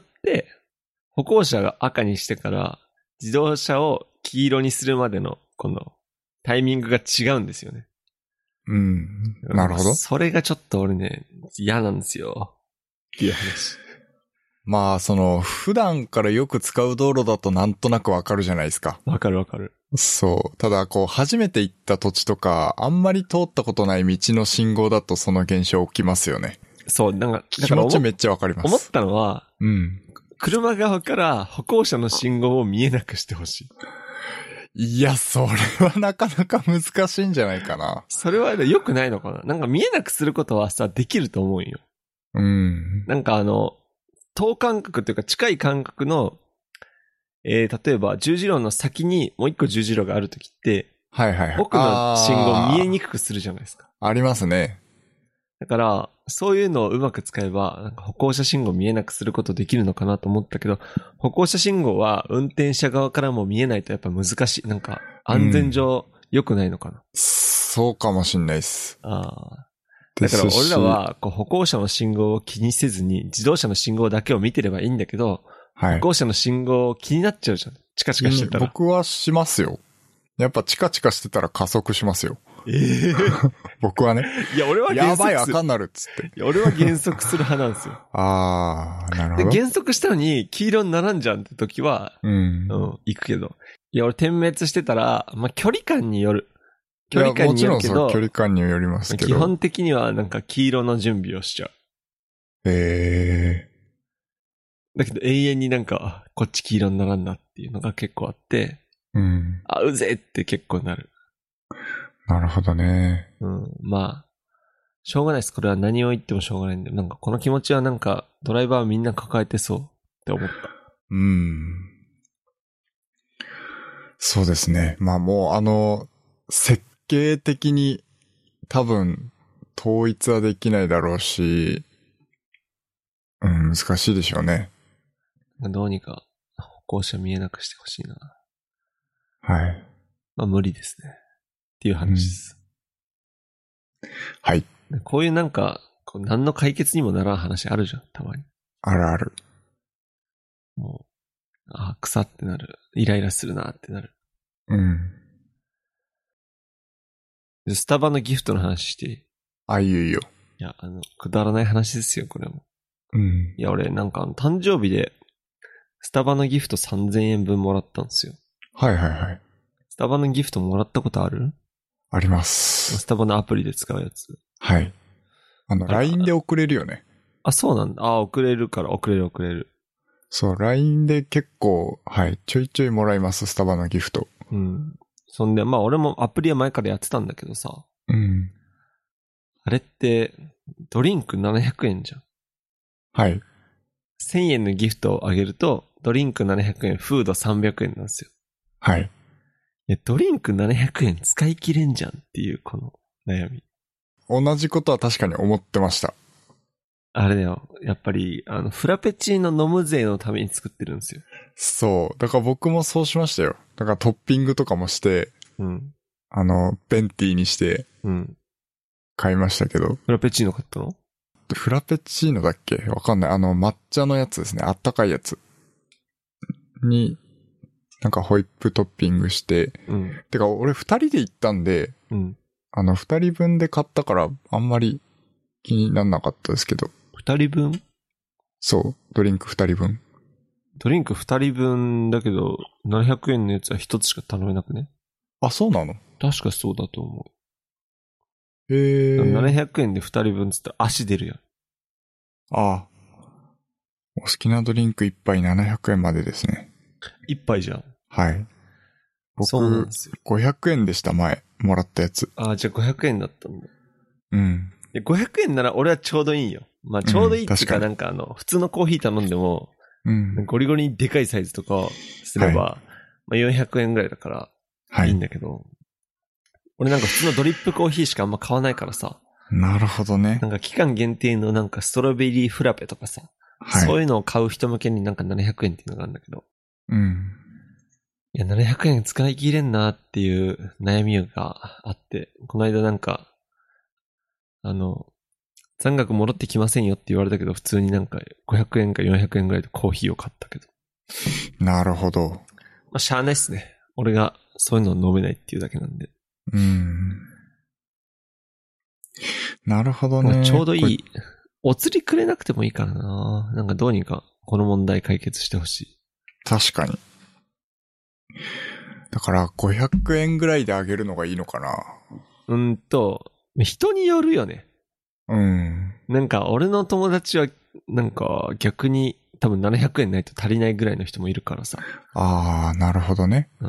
歩行者が赤にしてから、自動車を黄色にするまでの、この、タイミングが違うんですよね。 うん。なるほど。 それがちょっと俺ね、嫌なんですよ。っていう話。 まあ、その、普段からよく使う道路だとなんとなくわかるじゃないですか。 わかるわかる。 そう。ただ、こう、初めて行った土地とか、あんまり通ったことない道の信号だとその現象起きますよね。 そう、なんか、 気持ちめっちゃわかります。 思ったのは、 うん。 車側から歩行者の信号を見えなくしてほしい。 いや、それはなかなか難しいんじゃないかな。 それは良くないのかな。なんか見えなくすることはさ、できると思うんよ。 うん。 なんかあの、等間隔というか近い間隔の、えー、例えば十字路の先にもう一個十字路があるときって、 はいはいはい。 奥の信号見えにくくするじゃないですか。 ありますね。 だから、そういうのをうまく使えば、なんか歩行者信号見えなくすることできるのかなと思ったけど、歩行者信号は運転者側からも見えないとやっぱ難しい。なんか、安全上良くないのかな。うん、 そうかもしんないです。 ああ。だから俺らはこう歩行者の信号を気にせずに自動車の信号だけを見てればいいんだけど、はい、歩行者の信号気になっちゃうじゃん。チカチカしてたら。 僕はしますよ。やっぱチカチカしてたら加速しますよ。 ええー、 僕はね。 いや、俺は減速する。 やばい、赤になるっつって。 いや、俺は減速する派なんですよ。 あー、なるほど。 で、減速したのに黄色にならんじゃんって時は、うん。うん、行くけど。いや、俺点滅してたら、まあ、距離感による。距離感によるけど。 もちろんそう、距離感によりますけど。 基本的にはなんか黄色の準備をしちゃう。 へー。 だけど永遠になんか、こっち黄色にならんなっていうのが結構あって、 うん。 あ、うぜって結構なる。 なるほどね。 うん。まあ、しょうがないです。これは何を言ってもしょうがないんで。なんかこの気持ちはなんかドライバーはみんな抱えてそうって思った。 うん。そうですね。まあもうあの、設計的に多分統一はできないだろうし、うん、難しいでしょうね。 どうにか歩行者見えなくしてほしいな。 はい。 まあ無理ですね。っていう話です。 うん、はい。 こういうなんか、こう何の解決にもならん話あるじゃん、たまに。 あるある。 もう、あ、腐ってなる。イライラするなってなる。 うん。 スタバのギフトの話していい？ あ、いいよいいよ。 いや、あの、くだらない話ですよ、これも。 うん。 いや、俺なんか誕生日で、スタバのギフトさんぜんえんぶんもらったんですよ。 はいはいはい。 スタバのギフトもらったことある？ あります。 スタバのアプリで使うやつ。 はい。あの、ライン で送れるよね。 あ、そうなんだ。あ、送れるから送れる送れる。 そう、ライン で結構、はい、ちょいちょいもらいます、スタバのギフト。 うん。そんで、まあ俺もアプリは前からやってたんだけどさ。 うん。 あれって、ドリンクななひゃくえんじゃん。 はい。 せんえんのギフトをあげると、ドリンクななひゃくえん、フードさんびゃくえんなんですよ。 はい。 いや、ドリンクななひゃくえん使い切れんじゃんっていう、この悩み。 同じことは確かに思ってました。 あれだよ。やっぱり、あの、フラペチーノ飲む勢のために作ってるんですよ。 そう。だから僕もそうしましたよ。だからトッピングとかもして、 うん。 あの、ベンティーにして、 うん。 買いましたけど。 フラペチーノ買ったの？ フラペチーノだっけわかんない。あの、抹茶のやつですね。あったかいやつ。に、なんかホイップトッピングして。 うん。 てか、俺二人で行ったんで、 うん。 あの、二人分で買ったから、あんまり気になんなかったですけど。 二人分？ そう。ドリンク二人分。 ドリンク二人分だけど、ななひゃくえんのやつは一つしか頼めなくね？ あ、そうなの？ 確かそうだと思う。 へー。 ななひゃくえんで二人分っつったら足出るやん。 ああ。お好きなドリンク一杯ななひゃくえんまでですね。 一杯じゃん。 はい。 そうなん僕で、すよ。 ごひゃくえんでした前、もらったやつ。 ああ、じゃあごひゃくえんだったんだ。 うん。 でごひゃくえんなら俺はちょうどいいよ。まあちょうどいいっていうか、 うん確かになんかあの、普通のコーヒー頼んでも、 うん。 ゴリゴリにでかいサイズとかすれば、 はまあよんひゃくえんぐらいだからはいい。 いんだけど、俺なんか普通のドリップコーヒーしかあんま買わないからさ、 なるほどねな。んか期間限定のなんかストロベリーフラペとかさ、 はい。 そういうのを買う人向けになんかななひゃくえんっていうのがあるんだけど、 うん。 いやななひゃくえん使い切れんなっていう悩みがあって、この間なんか、あの、残額戻ってきませんよって言われたけど、普通になんかごひゃくえんかよんひゃくえんぐらいでコーヒーを買ったけど。 なるほど。 まあ、しゃあないっすね。俺がそういうの飲めないっていうだけなんで。 うん。なるほどね。 まあちょうどいこれい。お釣りくれなくてもいいからな。なんかどうにかこの問題解決してほしい。 確かに。だからごひゃくえんぐらいであげるのがいいのかな。 うんと、人によるよね。 うん。 なんか俺の友達はなんか逆に多分ななひゃくえんないと足りないぐらいの人もいるからさ。 ああ、なるほどね。 うん。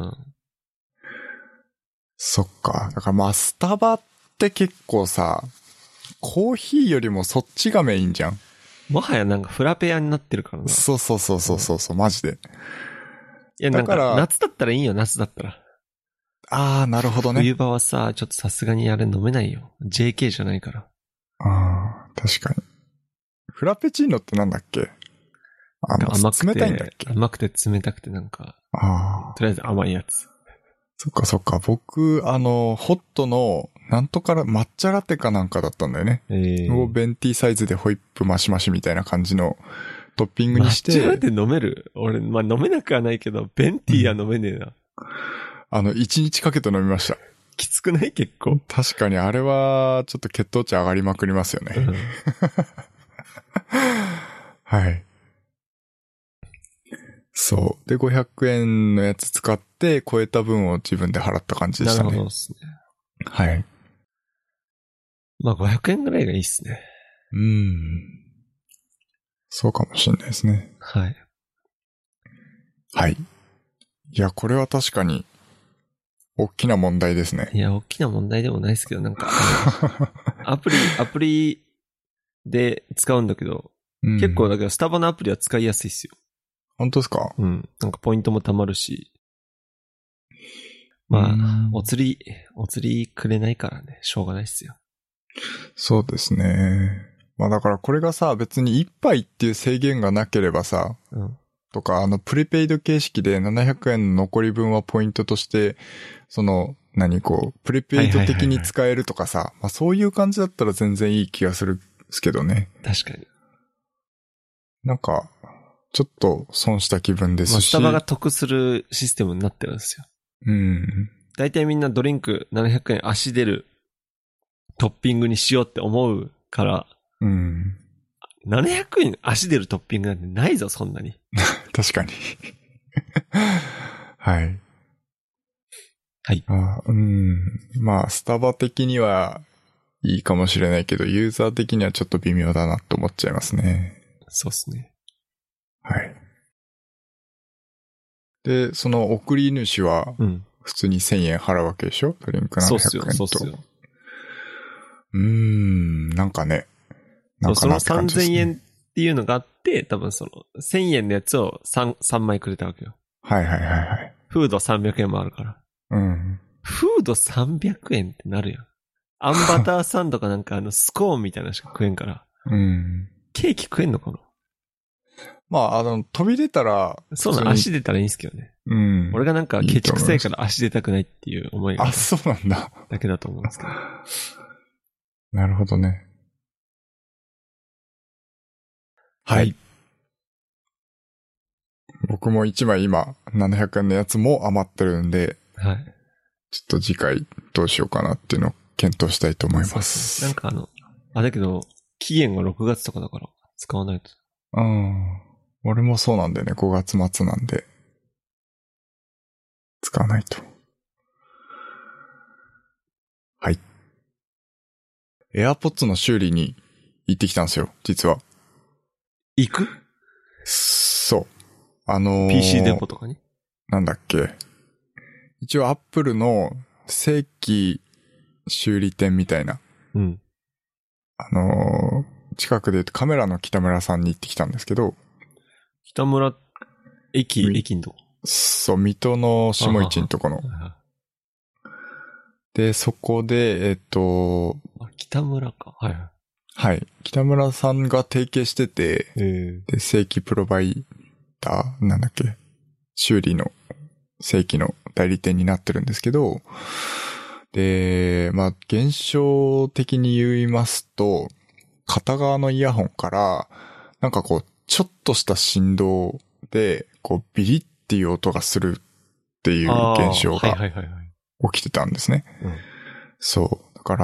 そっか。だからまあ、スタバって結構さ、コーヒーよりもそっちがメインじゃん。 もはやなんかフラペアになってるからな。 そうそうそうそうそうそう、マジで。 いやなんだからか夏だったらいいよ、夏だったら。 ああ、なるほどね。 冬場はさ、ちょっとさすがにあれ飲めないよ。ジェーケー じゃないから。 ああ、確かに。フラペチーノってなんだっけ？あの、 甘くて、 冷たいんだっけ？ 甘くて冷たくてなんか、 ああ。 とりあえず甘いやつ。 そっかそっか。僕、あの、ホットの、なんとから抹茶ラテかなんかだったんだよね。 えをベンティサイズでホイップマシマシみたいな感じのトッピングにして。 抹茶ラテ飲める？俺、まあ飲めなくはないけど、ベンティーは飲めねえな。うん、 あの、一日かけて飲みました。 きつくない？結構。 確かにあれは、ちょっと血糖値上がりまくりますよね。 うん、 はい。そう。で、ごひゃくえんのやつ使って、超えた分を自分で払った感じでしたね。 なるほどですね。 はい。 まあごひゃくえんぐらいがいいっすね。 うーん。そうかもしれないですね。 はい。 はい。いや、これは確かに、大きな問題ですね。 いや、大きな問題でもないですけど、なんか、アプリ、アプリで使うんだけど、うん、結構だけどスタバのアプリは使いやすいっすよ。 本当ですか？ うん。なんかポイントも貯まるし。まあ、お釣り、お釣りくれないからね、しょうがないっすよ。 そうですね。まあだからこれがさ、別に一杯っていう制限がなければさ、うん、とか、あの、プレペイド形式でななひゃくえんの残り分はポイントとして、その、何こう、プレペイド的に使えるとかさ、まあそういう感じだったら全然いい気がするんですけどね。 確かに。 なんか、ちょっと損した気分ですし。 スタバが得するシステムになってるんですよ。 うん。 大体みんなドリンクななひゃくえん足出るトッピングにしようって思うから。 うん。 ななひゃくえん足出るトッピングなんてないぞ、そんなに。 確かに。はい。 はい。 あ、うん。まあ、スタバ的にはいいかもしれないけど、ユーザー的にはちょっと微妙だなと思っちゃいますね。 そうっすね。 はい。で、その送り主は、普通にせんえん払うわけでしょ？ドリンクななひゃくえんと。そうっすよ、そうっすよ。 うーん、なんかね。 なんかなって感じですね。そのさんぜんえんっていうのがあって、多分そのせんえんのやつを 3, 3枚くれたわけよ。 はいはいはいはい。 フードさんびゃくえんもあるから。 うん。 フードさんびゃくえんってなるよ。あんバターサンドかなんかあのスコーンみたいなのしか食えんから。 うん。 ケーキ食えんのかな？ まあ、あの、飛び出たら。 そうなの、足出たらいいんすけどね。 うん。 俺がなんかケチくさいから足出たくないっていう思いが。 あ、そうなんだ。 だけだと思うんですけど。 なるほどね。 はい。僕もいちまい今、ななひゃくえんのやつも余ってるんで、 はい。 ちょっと次回どうしようかなっていうのを検討したいと思います。 そうですね。なんかあの、あ、だけど、期限がろくがつとかだから、使わないと。 うん。俺もそうなんだよね。ごがつ末なんで。使わないと。はい。AirPods の修理に行ってきたんですよ、実は。 行く？ そう。あのー、 ピーシー デポとかに？ なんだっけ。一応 Apple の正規修理店みたいな。 うん。 あのー、近くで言うとカメラの北村さんに行ってきたんですけど。 北村、駅、駅のとこ。 そう、水戸の下市のとこの。で、そこで、えっと、 あ、北村か。はい。 はい。北村さんが提携してて、 えー、 で、正規プロバイダー、なんだっけ、修理の正規の代理店になってるんですけど、で、まあ、現象的に言いますと、片側のイヤホンから、なんかこう、ちょっとした振動で、こう、ビリっていう音がするっていう現象が起きてたんですね。そう。だから、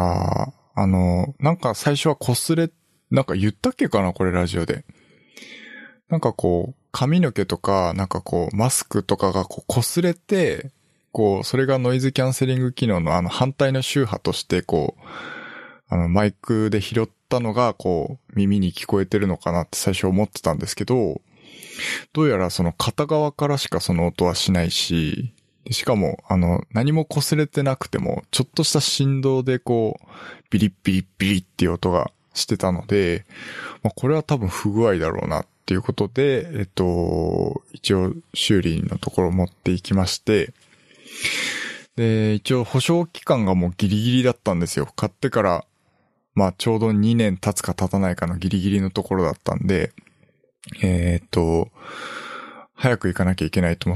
あの、なんか最初は擦れ、なんか言ったっけかなこれラジオで。なんかこう、髪の毛とか、なんかこう、マスクとかがこう擦れて、こう、それがノイズキャンセリング機能のあの反対の周波として、こう、あのマイクで拾ったのが、こう、耳に聞こえてるのかなって最初思ってたんですけど、どうやらその片側からしかその音はしないし、しかも、あの、何も擦れてなくても、ちょっとした振動でこう、ビリッビリッビリッっていう音がしてたので、まあ、これは多分不具合だろうなっていうことで、えっと、一応修理のところ持っていきまして、で、一応保証期間がもうギリギリだったんですよ。買ってから、まあちょうどにねん経つか経たないかのギリギリのところだったんで、えー、っと、早く行かなきゃいけないと思って、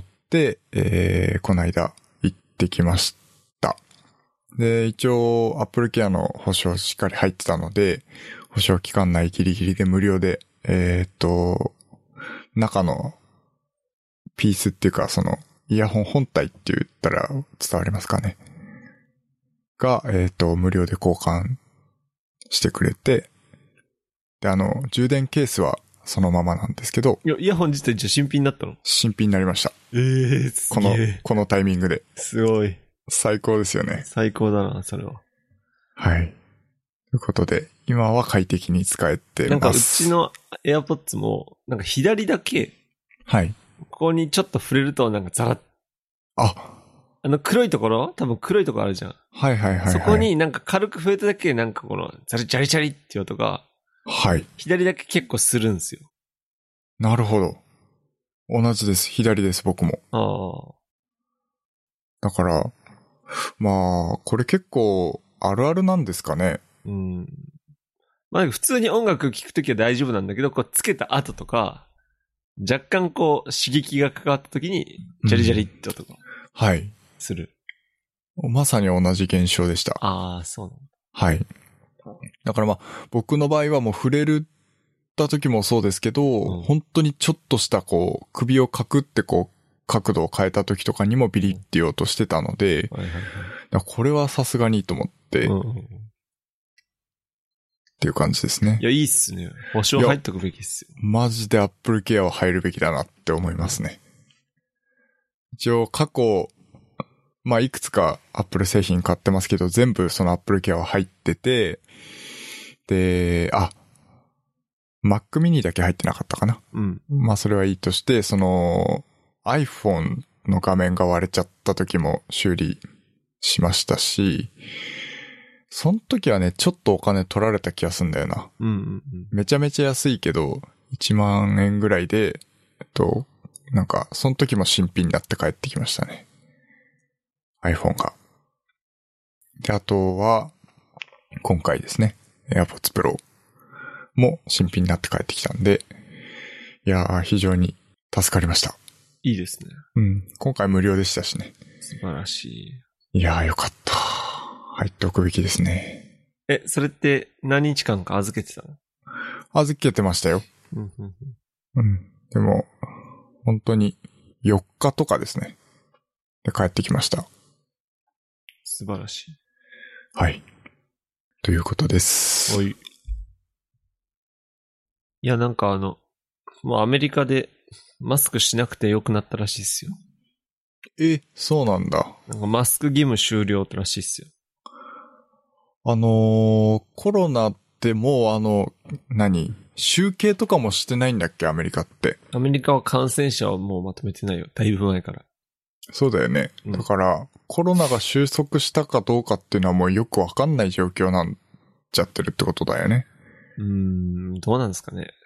えー、この間行ってきました。で、一応 Apple Care の保証しっかり入ってたので、保証期間内ギリギリで無料で、えー、っと、中のピースっていうかそのイヤホン本体って言ったら伝わりますかね。が、えー、っと、無料で交換してくれて、で、あの、充電ケースはそのままなんですけど。 いや、イヤホン自体じゃ新品になったの？ 新品になりました。 ええー、すげえ。 この、このタイミングで。 すごい。 最高ですよね。 最高だな、それは。 はい。ということで、今は快適に使えてます。 なんかうちの AirPods も、なんか左だけ、 はい。 ここにちょっと触れるとなんかザラッ。 あ、 あの黒いところ多分黒いところあるじゃん。 はいはいはい、はい。 そこになんか軽く触れただけでなんかこのザリジャリジャリっていう音が、 はい。 左だけ結構するんですよ。 なるほど。同じです。左です、僕も。 ああ。 だから、まあ、これ結構あるあるなんですかね。 うん。まあ普通に音楽聴くときは大丈夫なんだけど、こうつけた後とか、若干こう刺激がかかったときに、ジャリジャリって音が。 はい。 する。 まさに同じ現象でした。 ああ、そうなんだ。 はい。だからまあ、僕の場合はもう触れるた時もそうですけど、うん、本当にちょっとしたこう、首をかくってこう、角度を変えた時とかにもビリッていう音してたので、うんはいはいはい、これはさすがにと思って、うん、っていう感じですね。 いや、いいっすね。保証入っとくべきっすよ。 マジで Apple Care は入るべきだなって思いますね。一応過去、まあ、いくつか Apple 製品買ってますけど、全部その Apple Care は入ってて、で、あ、Mac mini だけ入ってなかったかな。うん。まあ、それはいいとして、その、iPhone の画面が割れちゃった時も修理しましたし、その時はね、ちょっとお金取られた気がするんだよな。うんうんうん。めちゃめちゃ安いけど、いちまんえんぐらいで、えっと、なんか、その時も新品になって帰ってきましたね。iPhone が。で、あとは、今回ですね、AirPods Pro も新品になって帰ってきたんで、いやー、非常に助かりました。 いいですね。 うん。今回無料でしたしね。 素晴らしい。いやー、よかった。入っておくべきですね。 え、それって何日間か預けてたの？ 預けてましたよ。 うんうんうん、 うん。でも、本当によっかとかですね。で、帰ってきました。 素晴らしい。 はい。ということです。 おい。いや、なんかあの、もうアメリカでマスクしなくてよくなったらしいっすよ。 え、そうなんだ。 なんかマスク義務終了ってらしいっすよ。 あのー、コロナってもうあの、何集計とかもしてないんだっけアメリカって。 アメリカは感染者をもうまとめてないよ。だいぶ前から。 そうだよね。 うんだから、コロナが収束したかどうかっていうのはもうよくわかんない状況なんちゃってるってことだよね。 うーん、どうなんですかね。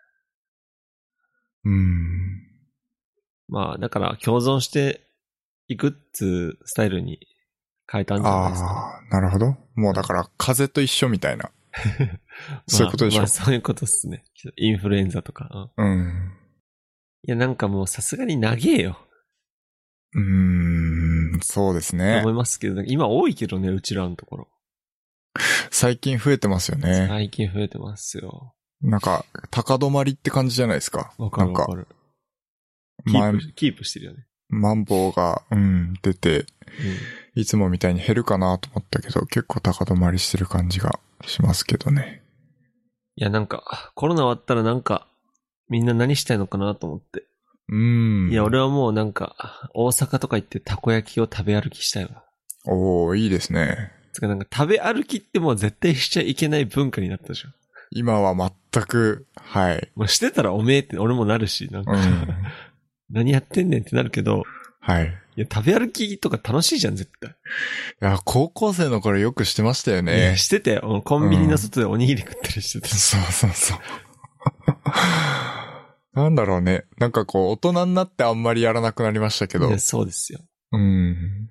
うーん。 まあ、だから共存していくっつうスタイルに変えたんじゃないですかね。 ああ、なるほど。もうだから、風邪と一緒みたいな。そういうことでしょ。 まあ、まあ、そういうことっすね。インフルエンザとか。うん、 うん。 いや、なんかもうさすがに長えよ。 うーん、そうですとね思い。ますけど、今多いけどね、うちらのところ。 最近増えてますよね。 最近増えてますよ。 なんか、高止まりって感じじゃないですか。 わかるわかる。キーまプ、キープしてるよね。 マンボウが、うん、出て、 うん。 いつもみたいに減るかなと思ったけど、結構高止まりしてる感じがしますけどね。 いや、なんか、コロナ終わったらなんか、みんな何したいのかなと思って。 うーん。 いや、俺はもうなんか、大阪とか行ってたこ焼きを食べ歩きしたいわ。 おー、いいですね。 つかなんか食べ歩きってもう絶対しちゃいけない文化になったでしょ。 今は全く、はい。 もうしてたらおめえって俺もなるし、なんか、 うん、 何やってんねんってなるけど、 はい。 いや、食べ歩きとか楽しいじゃん、絶対。 いや、高校生の頃よくしてましたよいや、 ね。 してたよ。コンビニの外でおにぎり食ったりしてたし。 そうそうそう。なんだろうね。なんかこう、大人になってあんまりやらなくなりましたけど。 いや、そうですよ。 うん。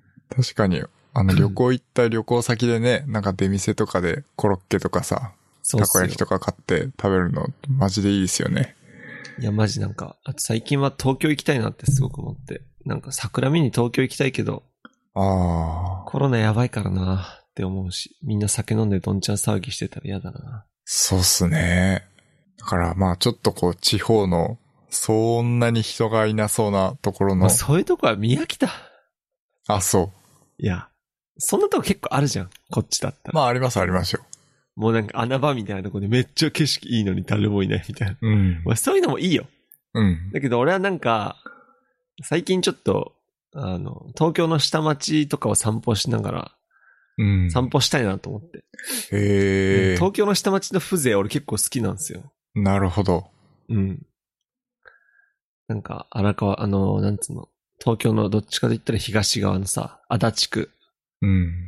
確かに、あの旅行行った旅行先でね、なんか出店とかでコロッケとかさ、 そうっすよ。 たこ焼きとか買って食べるの、マジでいいですよね。 いや、マジなんか、あと最近は東京行きたいなってすごく思って。なんか桜見に東京行きたいけど、 ああ。 コロナやばいからなって思うし、みんな酒飲んでどんちゃん騒ぎしてたら嫌だな。 そうっすね。だからまあちょっとこう地方のそんなに人がいなそうなところの。 まあそういうとこは見飽きた。 あ、そう。 いや、そんなとこ結構あるじゃん。こっちだったら。 まあありますありますよ。 もうなんか穴場みたいなとこでめっちゃ景色いいのに誰もいないみたいな。 うん。 まあそういうのもいいよ。 うん。 だけど俺はなんか、最近ちょっと、あの、東京の下町とかを散歩しながら、 うん。 散歩したいなと思って。 へえ。 東京の下町の風情俺結構好きなんですよ。 なるほど。 うん。なんか、荒川、あの、なんつうの、東京のどっちかと言ったら東側のさ、足立区、 うん。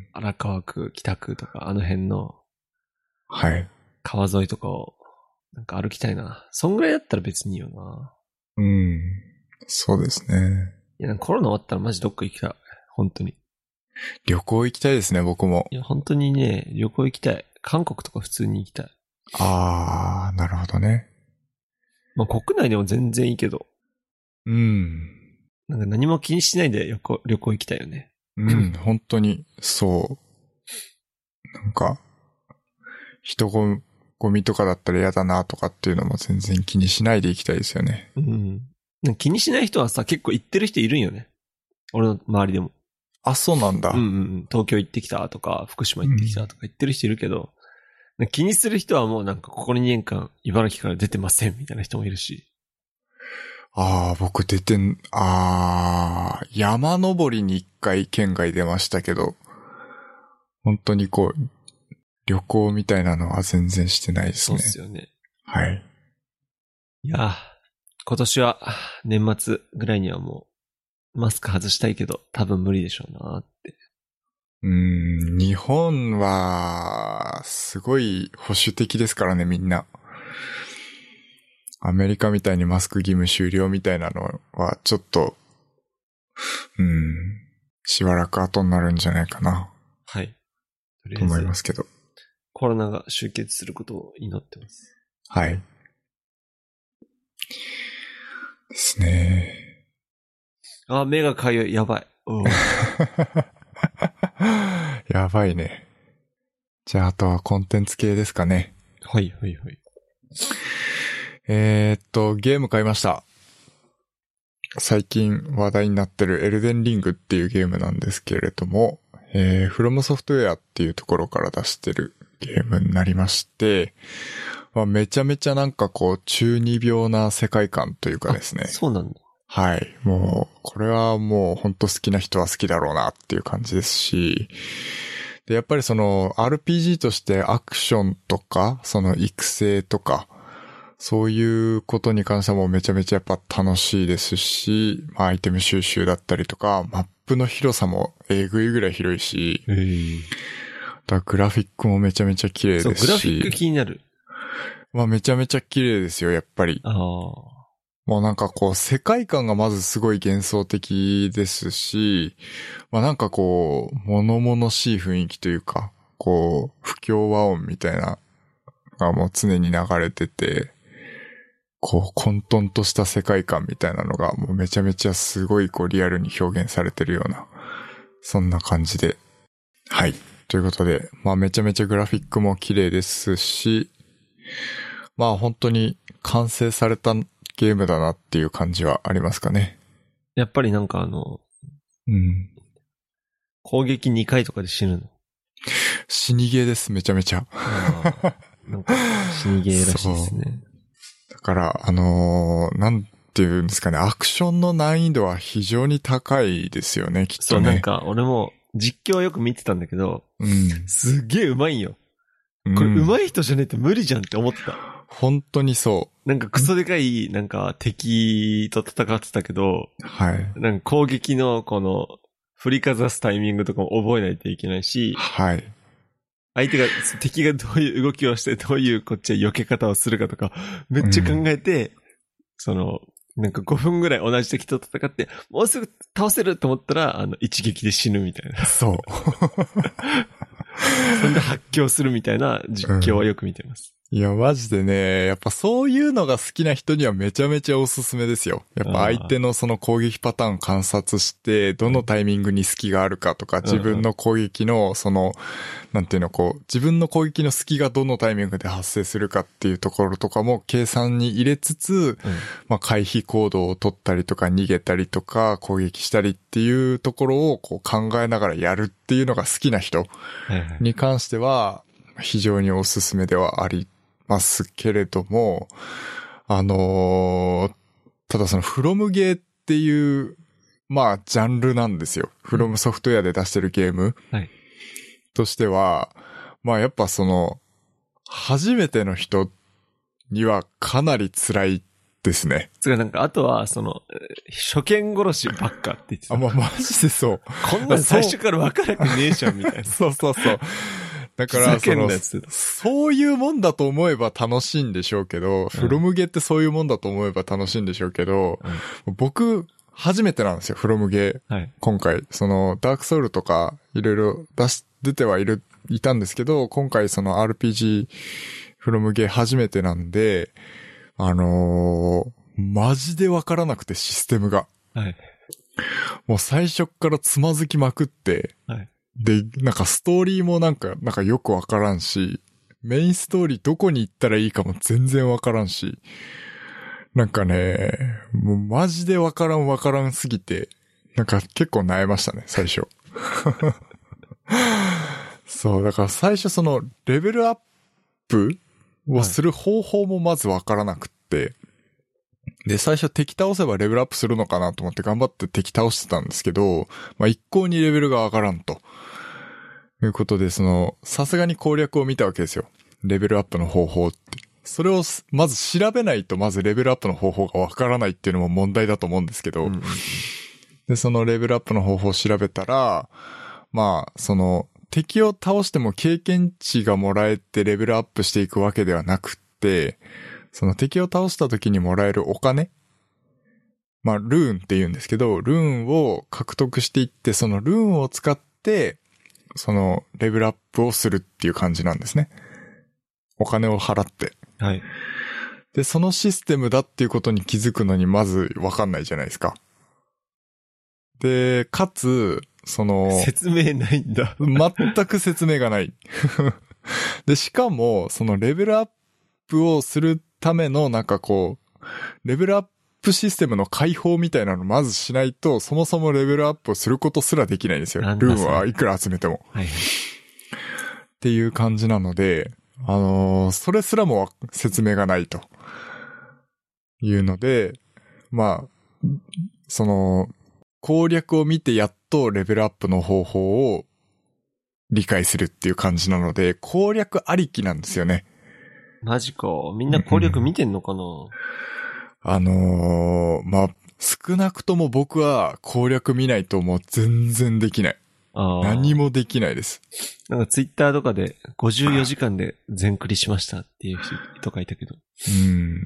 荒川区、北区とか、あの辺のはい。 川沿いとかを、なんか歩きたいな。そんぐらいだったら別にいいよな。 うん。そうですね。 いや、なんかコロナ終わったらマジどっか行きたい。本当に。 旅行行きたいですね、僕も。 いや、本当にね、旅行行きたい。韓国とか普通に行きたい。 あー、なるほどね。 まあ国内でも全然いいけど、 うん。 なんか何も気にしないで旅行、旅行行きたいよね。 うん、本当に、そう。なんか、人ごゴミとかだったら嫌だなとかっていうのも全然気にしないで行きたいですよね。 うん。なんか気にしない人はさ、結構行ってる人いるんよね。俺の周りでも。 あ、そうなんだ。 うんうんうん。東京行ってきたとか、福島行ってきたとか言ってる人いるけど、なんか気にする人はもうなんかここにねんかん茨城から出てませんみたいな人もいるし。 ああ、僕出てん、ああ、山登りに一回県外出ましたけど、本当にこう、旅行みたいなのは全然してないですそうね。 っすよね。 はい。 いやー、今年は年末ぐらいにはもうマスク外したいけど多分無理でしょうなって。 うーん、日本は、すごい保守的ですからね、みんな。アメリカみたいにマスク義務終了みたいなのは、ちょっと、うん、しばらく後になるんじゃないかな、 はい。とりあとえず思いますけど。 コロナが終結することを祈ってます。 はい。ですね。 あ、目がかゆい。やばい。うんやばいね。じゃあ、あとはコンテンツ系ですかね。 はいはいはい。 えー、っと、ゲーム買いました。最近話題になってるエルデンリングっていうゲームなんですけれども、えー、フロムソフトウェアっていうところから出してるゲームになりまして、まあ、めちゃめちゃなんかこう中二病な世界観というかですね。 そうなんだ。 はい。もう、これはもう本当好きな人は好きだろうなっていう感じですし、で、やっぱりその アールピージー としてアクションとか、その育成とか、そういうことに関してはもうめちゃめちゃやっぱ楽しいですし、まあ、アイテム収集だったりとか、マップの広さもえぐいぐらい広いし、 へー。 だグラフィックもめちゃめちゃ綺麗ですし。 そう、グラフィック気になる。 まあめちゃめちゃ綺麗ですよ、やっぱり。 ああ。 もうなんかこう、世界観がまずすごい幻想的ですし、まあなんかこう、物々しい雰囲気というか、こう、不協和音みたいなのがもう常に流れてて、こう、混沌とした世界観みたいなのがもうめちゃめちゃすごいこうリアルに表現されてるような、そんな感じで。はい。ということで、まあめちゃめちゃグラフィックも綺麗ですし、まあ本当に完成されたゲームだなっていう感じはありますかね。 やっぱりなんかあの、 うん。 攻撃にかいとかで死ぬの。 死にゲーです、めちゃめちゃ。 なんか死にゲーらしいですね。 だから、あのー、なんていうんですかね、アクションの難易度は非常に高いですよね、きっとね。 そう、なんか俺も実況はよく見てたんだけど、 うん、 すげえ上手いんよ。これ上手い人じゃねえと無理じゃんって思った。 本当にそう。 なんかクソでかい、なんか敵と戦ってたけど、 はい。 なんか攻撃のこの振りかざすタイミングとかも覚えないといけないし、 はい。 相手が、敵がどういう動きをして、どういうこっちは避け方をするかとか、めっちゃ考えて、うん、その、なんかごふんぐらい同じ敵と戦って、もうすぐ倒せると思ったら、あの、一撃で死ぬみたいな。 そう。 そんで発狂するみたいな実況はよく見てます。 うん、いや、マジでね、やっぱそういうのが好きな人にはめちゃめちゃおすすめですよ。やっぱ相手のその攻撃パターンを観察して、どのタイミングに隙があるかとか、自分の攻撃のその、なんていうの、こう、自分の攻撃の隙がどのタイミングで発生するかっていうところとかも計算に入れつつ、うん、まあ回避行動を取ったりとか逃げたりとか攻撃したりっていうところをこう考えながらやるっていうのが好きな人に関しては非常におすすめではありますけれども、あのー、ただそのフロムゲーっていうまあジャンルなんですよ。フロムソフトウェアで出してるゲーム。はいとしては、まあやっぱその、初めての人にはかなり辛いですね。 つかなんかあとは、その、初見殺しばっかって言ってた。 あ、まあマジでそう。 こんなん最初から分からなくねえじゃんみたいな。 そうそうそう。だからその、そういうもんだと思えば楽しいんでしょうけど、うん、フロムゲってそういうもんだと思えば楽しいんでしょうけど、うん、僕、初めてなんですよ、フロムゲー。はい、今回、その、ダークソウルとか、いろいろ出し、出てはいる、いたんですけど、今回その アールピージー、フロムゲー初めてなんで、あのー、マジでわからなくて、システムが。はい。もう最初からつまずきまくって、はい。で、なんかストーリーもなんか、なんかよくわからんし、メインストーリーどこに行ったらいいかも全然わからんし、なんかね、もうマジでわからんわからんすぎて、なんか結構悩ましたね、最初。そう、だから最初そのレベルアップをする方法もまずわからなくって、はい、で、最初敵倒せばレベルアップするのかなと思って頑張って敵倒してたんですけど、まあ一向にレベルがわからんと。いうことで、その、さすがに攻略を見たわけですよ。レベルアップの方法って。それをまず調べないとまずレベルアップの方法がわからないっていうのも問題だと思うんですけど、うん、で、そのレベルアップの方法を調べたら、まあ、その、敵を倒しても経験値がもらえてレベルアップしていくわけではなくって、その敵を倒した時にもらえるお金、まあ、ルーンって言うんですけど、ルーンを獲得していって、そのルーンを使って、そのレベルアップをするっていう感じなんですね。お金を払って。はい。で、そのシステムだっていうことに気づくのにまずわかんないじゃないですか。で、かつ、その、 説明ないんだ。 全く説明がない。で、しかも、そのレベルアップをするっためのなんかこう、レベルアップシステムの開放みたいなのをまずしないと、そもそもレベルアップをすることすらできないんですよ。ルーンはいくら集めても。 はいはい、 っていう感じなので、あのー、それすらも説明がないというので、まあ、その、攻略を見てやっとレベルアップの方法を理解するっていう感じなので、攻略ありきなんですよね。 マジか。みんな攻略見てんのかな、うん、 あのー、まあ、少なくとも僕は攻略見ないともう全然できない。あ、何もできないです。 なんかツイッターとかでごじゅうよじかんで全クリしましたっていう人とかいたけど。 うん。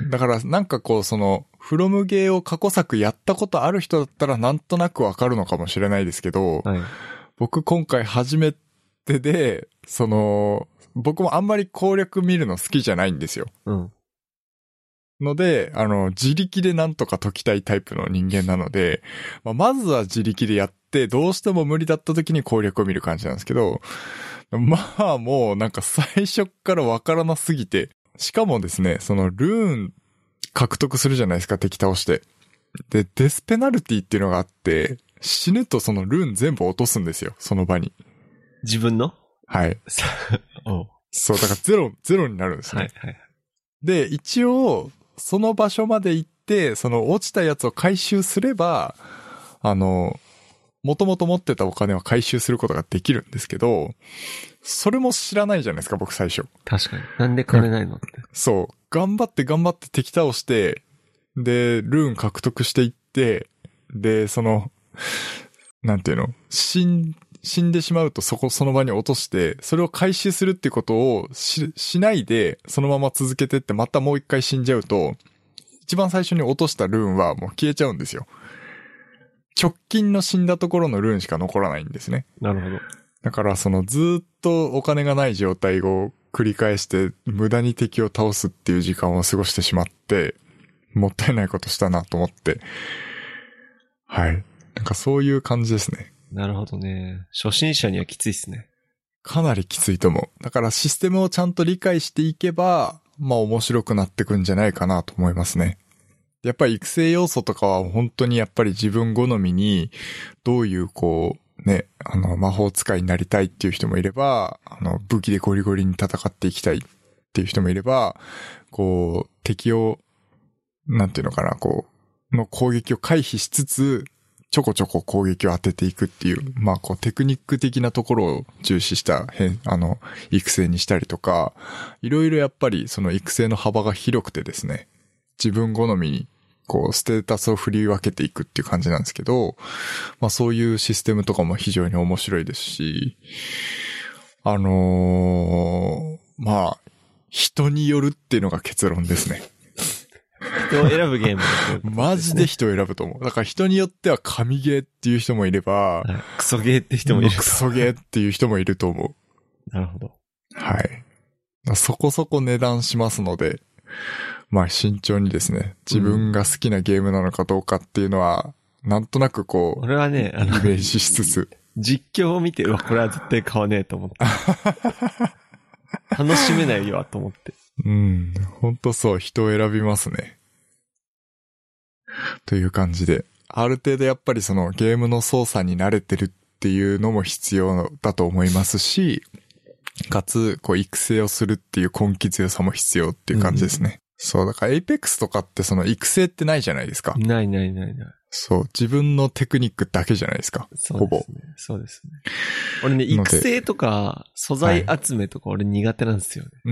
だからなんかこうその、フロムゲーを過去作やったことある人だったらなんとなくわかるのかもしれないですけど、はい、僕今回初めてで、その、僕もあんまり攻略見るの好きじゃないんですよ。うん。ので、あの、自力でなんとか解きたいタイプの人間なので、まあ、まずは自力でやって、どうしても無理だった時に攻略を見る感じなんですけど、まあもうなんか最初からわからなすぎて、しかもですね、そのルーン獲得するじゃないですか、敵倒して。で、デスペナルティっていうのがあって、死ぬとそのルーン全部落とすんですよ、その場に。 自分の？ はい。そう、だからゼロ、ゼロになるんですね。はいはい。で、一応、その場所まで行って、その落ちたやつを回収すれば、あの、もともと持ってたお金は回収することができるんですけど、それも知らないじゃないですか、僕最初。 確かに。なんで金ないのって。 そう。頑張って頑張って敵倒して、で、ルーン獲得していって、で、その、なんていうの、死ん、死んでしまうとそこ、その場に落として、それを回収するってことをし、しないで、そのまま続けてってまたもう一回死んじゃうと、一番最初に落としたルーンはもう消えちゃうんですよ。直近の死んだところのルーンしか残らないんですね。 なるほど。 だからそのずーっとお金がない状態を繰り返して無駄に敵を倒すっていう時間を過ごしてしまって、もったいないことしたなと思って。はい。なんかそういう感じですね。 なるほどね。初心者にはきついっすね。 かなりきついと思う。だからシステムをちゃんと理解していけば、まあ面白くなってくんじゃないかなと思いますね。やっぱり育成要素とかは本当にやっぱり自分好みにどういうこうね、あの魔法使いになりたいっていう人もいれば、あの武器でゴリゴリに戦っていきたいっていう人もいれば、こう敵をなんていうのかな、こうの攻撃を回避しつつちょこちょこ攻撃を当てていくっていう、まあこうテクニック的なところを重視した変あの育成にしたりとか、いろいろやっぱりその育成の幅が広くてですね、自分好みにこうステータスを振り分けていくっていう感じなんですけど、まあそういうシステムとかも非常に面白いですし、あのー、まあ人によるっていうのが結論ですね。 人を選ぶゲーム、 ね。マジで人を選ぶと思う。だから人によっては神ゲーっていう人もいれば、はい、 クソゲーって人もいる。 クソゲーっていう人もいると思う。なるほど。 はい。そこそこ値段しますので、まあ慎重にですね、自分が好きなゲームなのかどうかっていうのは、うん、なんとなくこう、 俺はね、 あの、イメージしつつ。 実況を見て、うわ、これは絶対買わねえと思って。楽しめないよ、と思って。 うん、ほんとそう、人を選びますね。という感じで、ある程度やっぱりそのゲームの操作に慣れてるっていうのも必要だと思いますし、かつ、こう育成をするっていう根気強さも必要っていう感じですね。うん、そう、だからエイペックスとかってその育成ってないじゃないですか。 ないないないない。 そう、自分のテクニックだけじゃないですか。 そうですね。ほぼ。そうですね。俺ね、育成とか素材集めとか俺苦手なんですよね。はい、うん。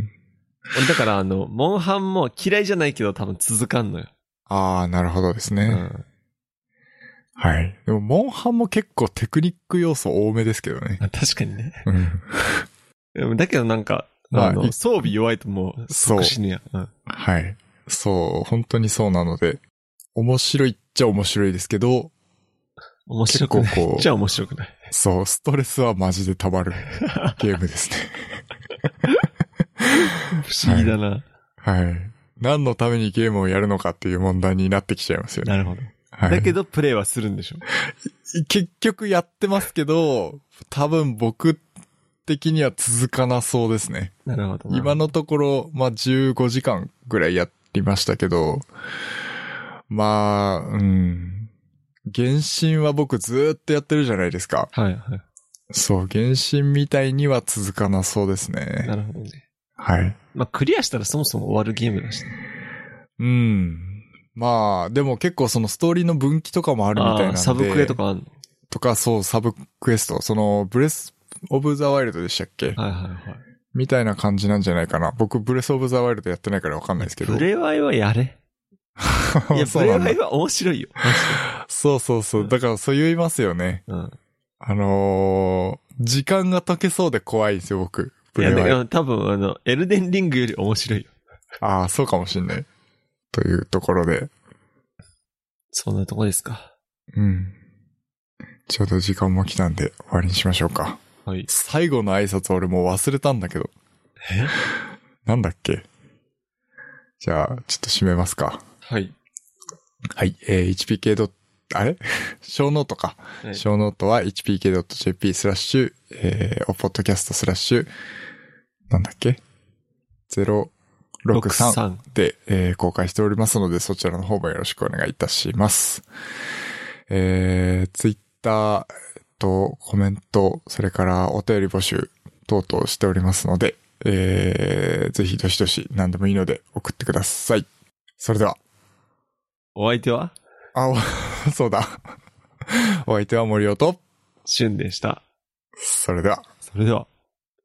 俺だからあの、モンハンも嫌いじゃないけど多分続かんのよ。 ああ、なるほどですね。うん、はい。でも、モンハンも結構テクニック要素多めですけどね。 確かにね。うん。だけどなんか、まあ、あの装備弱いともう即死ぬやん。うん、 はい。そう、本当にそうなので、面白いっちゃ面白いですけど、 面白くないっちゃ面白くない。 そう、ストレスはマジで溜まるゲームですね。 不思議だな。 はい。はい何のためにゲームをやるのかっていう問題になってきちゃいますよね。 なるほど。はい、だけどプレイはするんでしょ？ 結局やってますけど、多分僕的には続かなそうですね。 なるほどな。 今のところ、まあ、じゅうごじかんぐらいやりましたけど、まあ、うん。原神は僕ずーっとやってるじゃないですか。 はいはい。 そう、原神みたいには続かなそうですね。 なるほどね。 はい。 まあ、クリアしたらそもそも終わるゲームだしね。 うん。まあ、でも結構そのストーリーの分岐とかもあるみたいなんで。 サブクエとかあんの？ とか、そう、サブクエスト。その、ブレスオブザワイルドでしたっけ？ はいはいはい。 みたいな感じなんじゃないかな。僕、ブレスオブザワイルドやってないからわかんないですけど。 ブレワイはやれ。いや、ブレワイは面白いよ。 そうそうそう。だからそう言いますよね。 うん。 あのー、時間が解けそうで怖いですよ、僕。ブレワイ。 いや、多分あの、エルデンリングより面白いよ。 ああ、そうかもしんない。というところで。 そんなとこですか。 うん。ちょうど時間も来たんで終わりにしましょうか。 はい。 最後の挨拶俺もう忘れたんだけど。 え？ なんだっけ？じゃあ、ちょっと締めますか。 はい。 はい。えー、エイチピーケー. あれ小ノートか。 はい、 小ノートは エイチピーケードットジェーピー スラッシュ、えー、おポッドキャストスラッシュ、なんだっけ ?ゼロろくさん で、えー、公開しておりますので、そちらの方もよろしくお願いいたします。えー、ツイッターとコメント、それからお便り募集等々しておりますので、えー、ぜひどしどし何でもいいので送ってください。それでは。 お相手は？ あ、そうだ。お相手は森尾と、 シュンでした。 それでは。 それでは。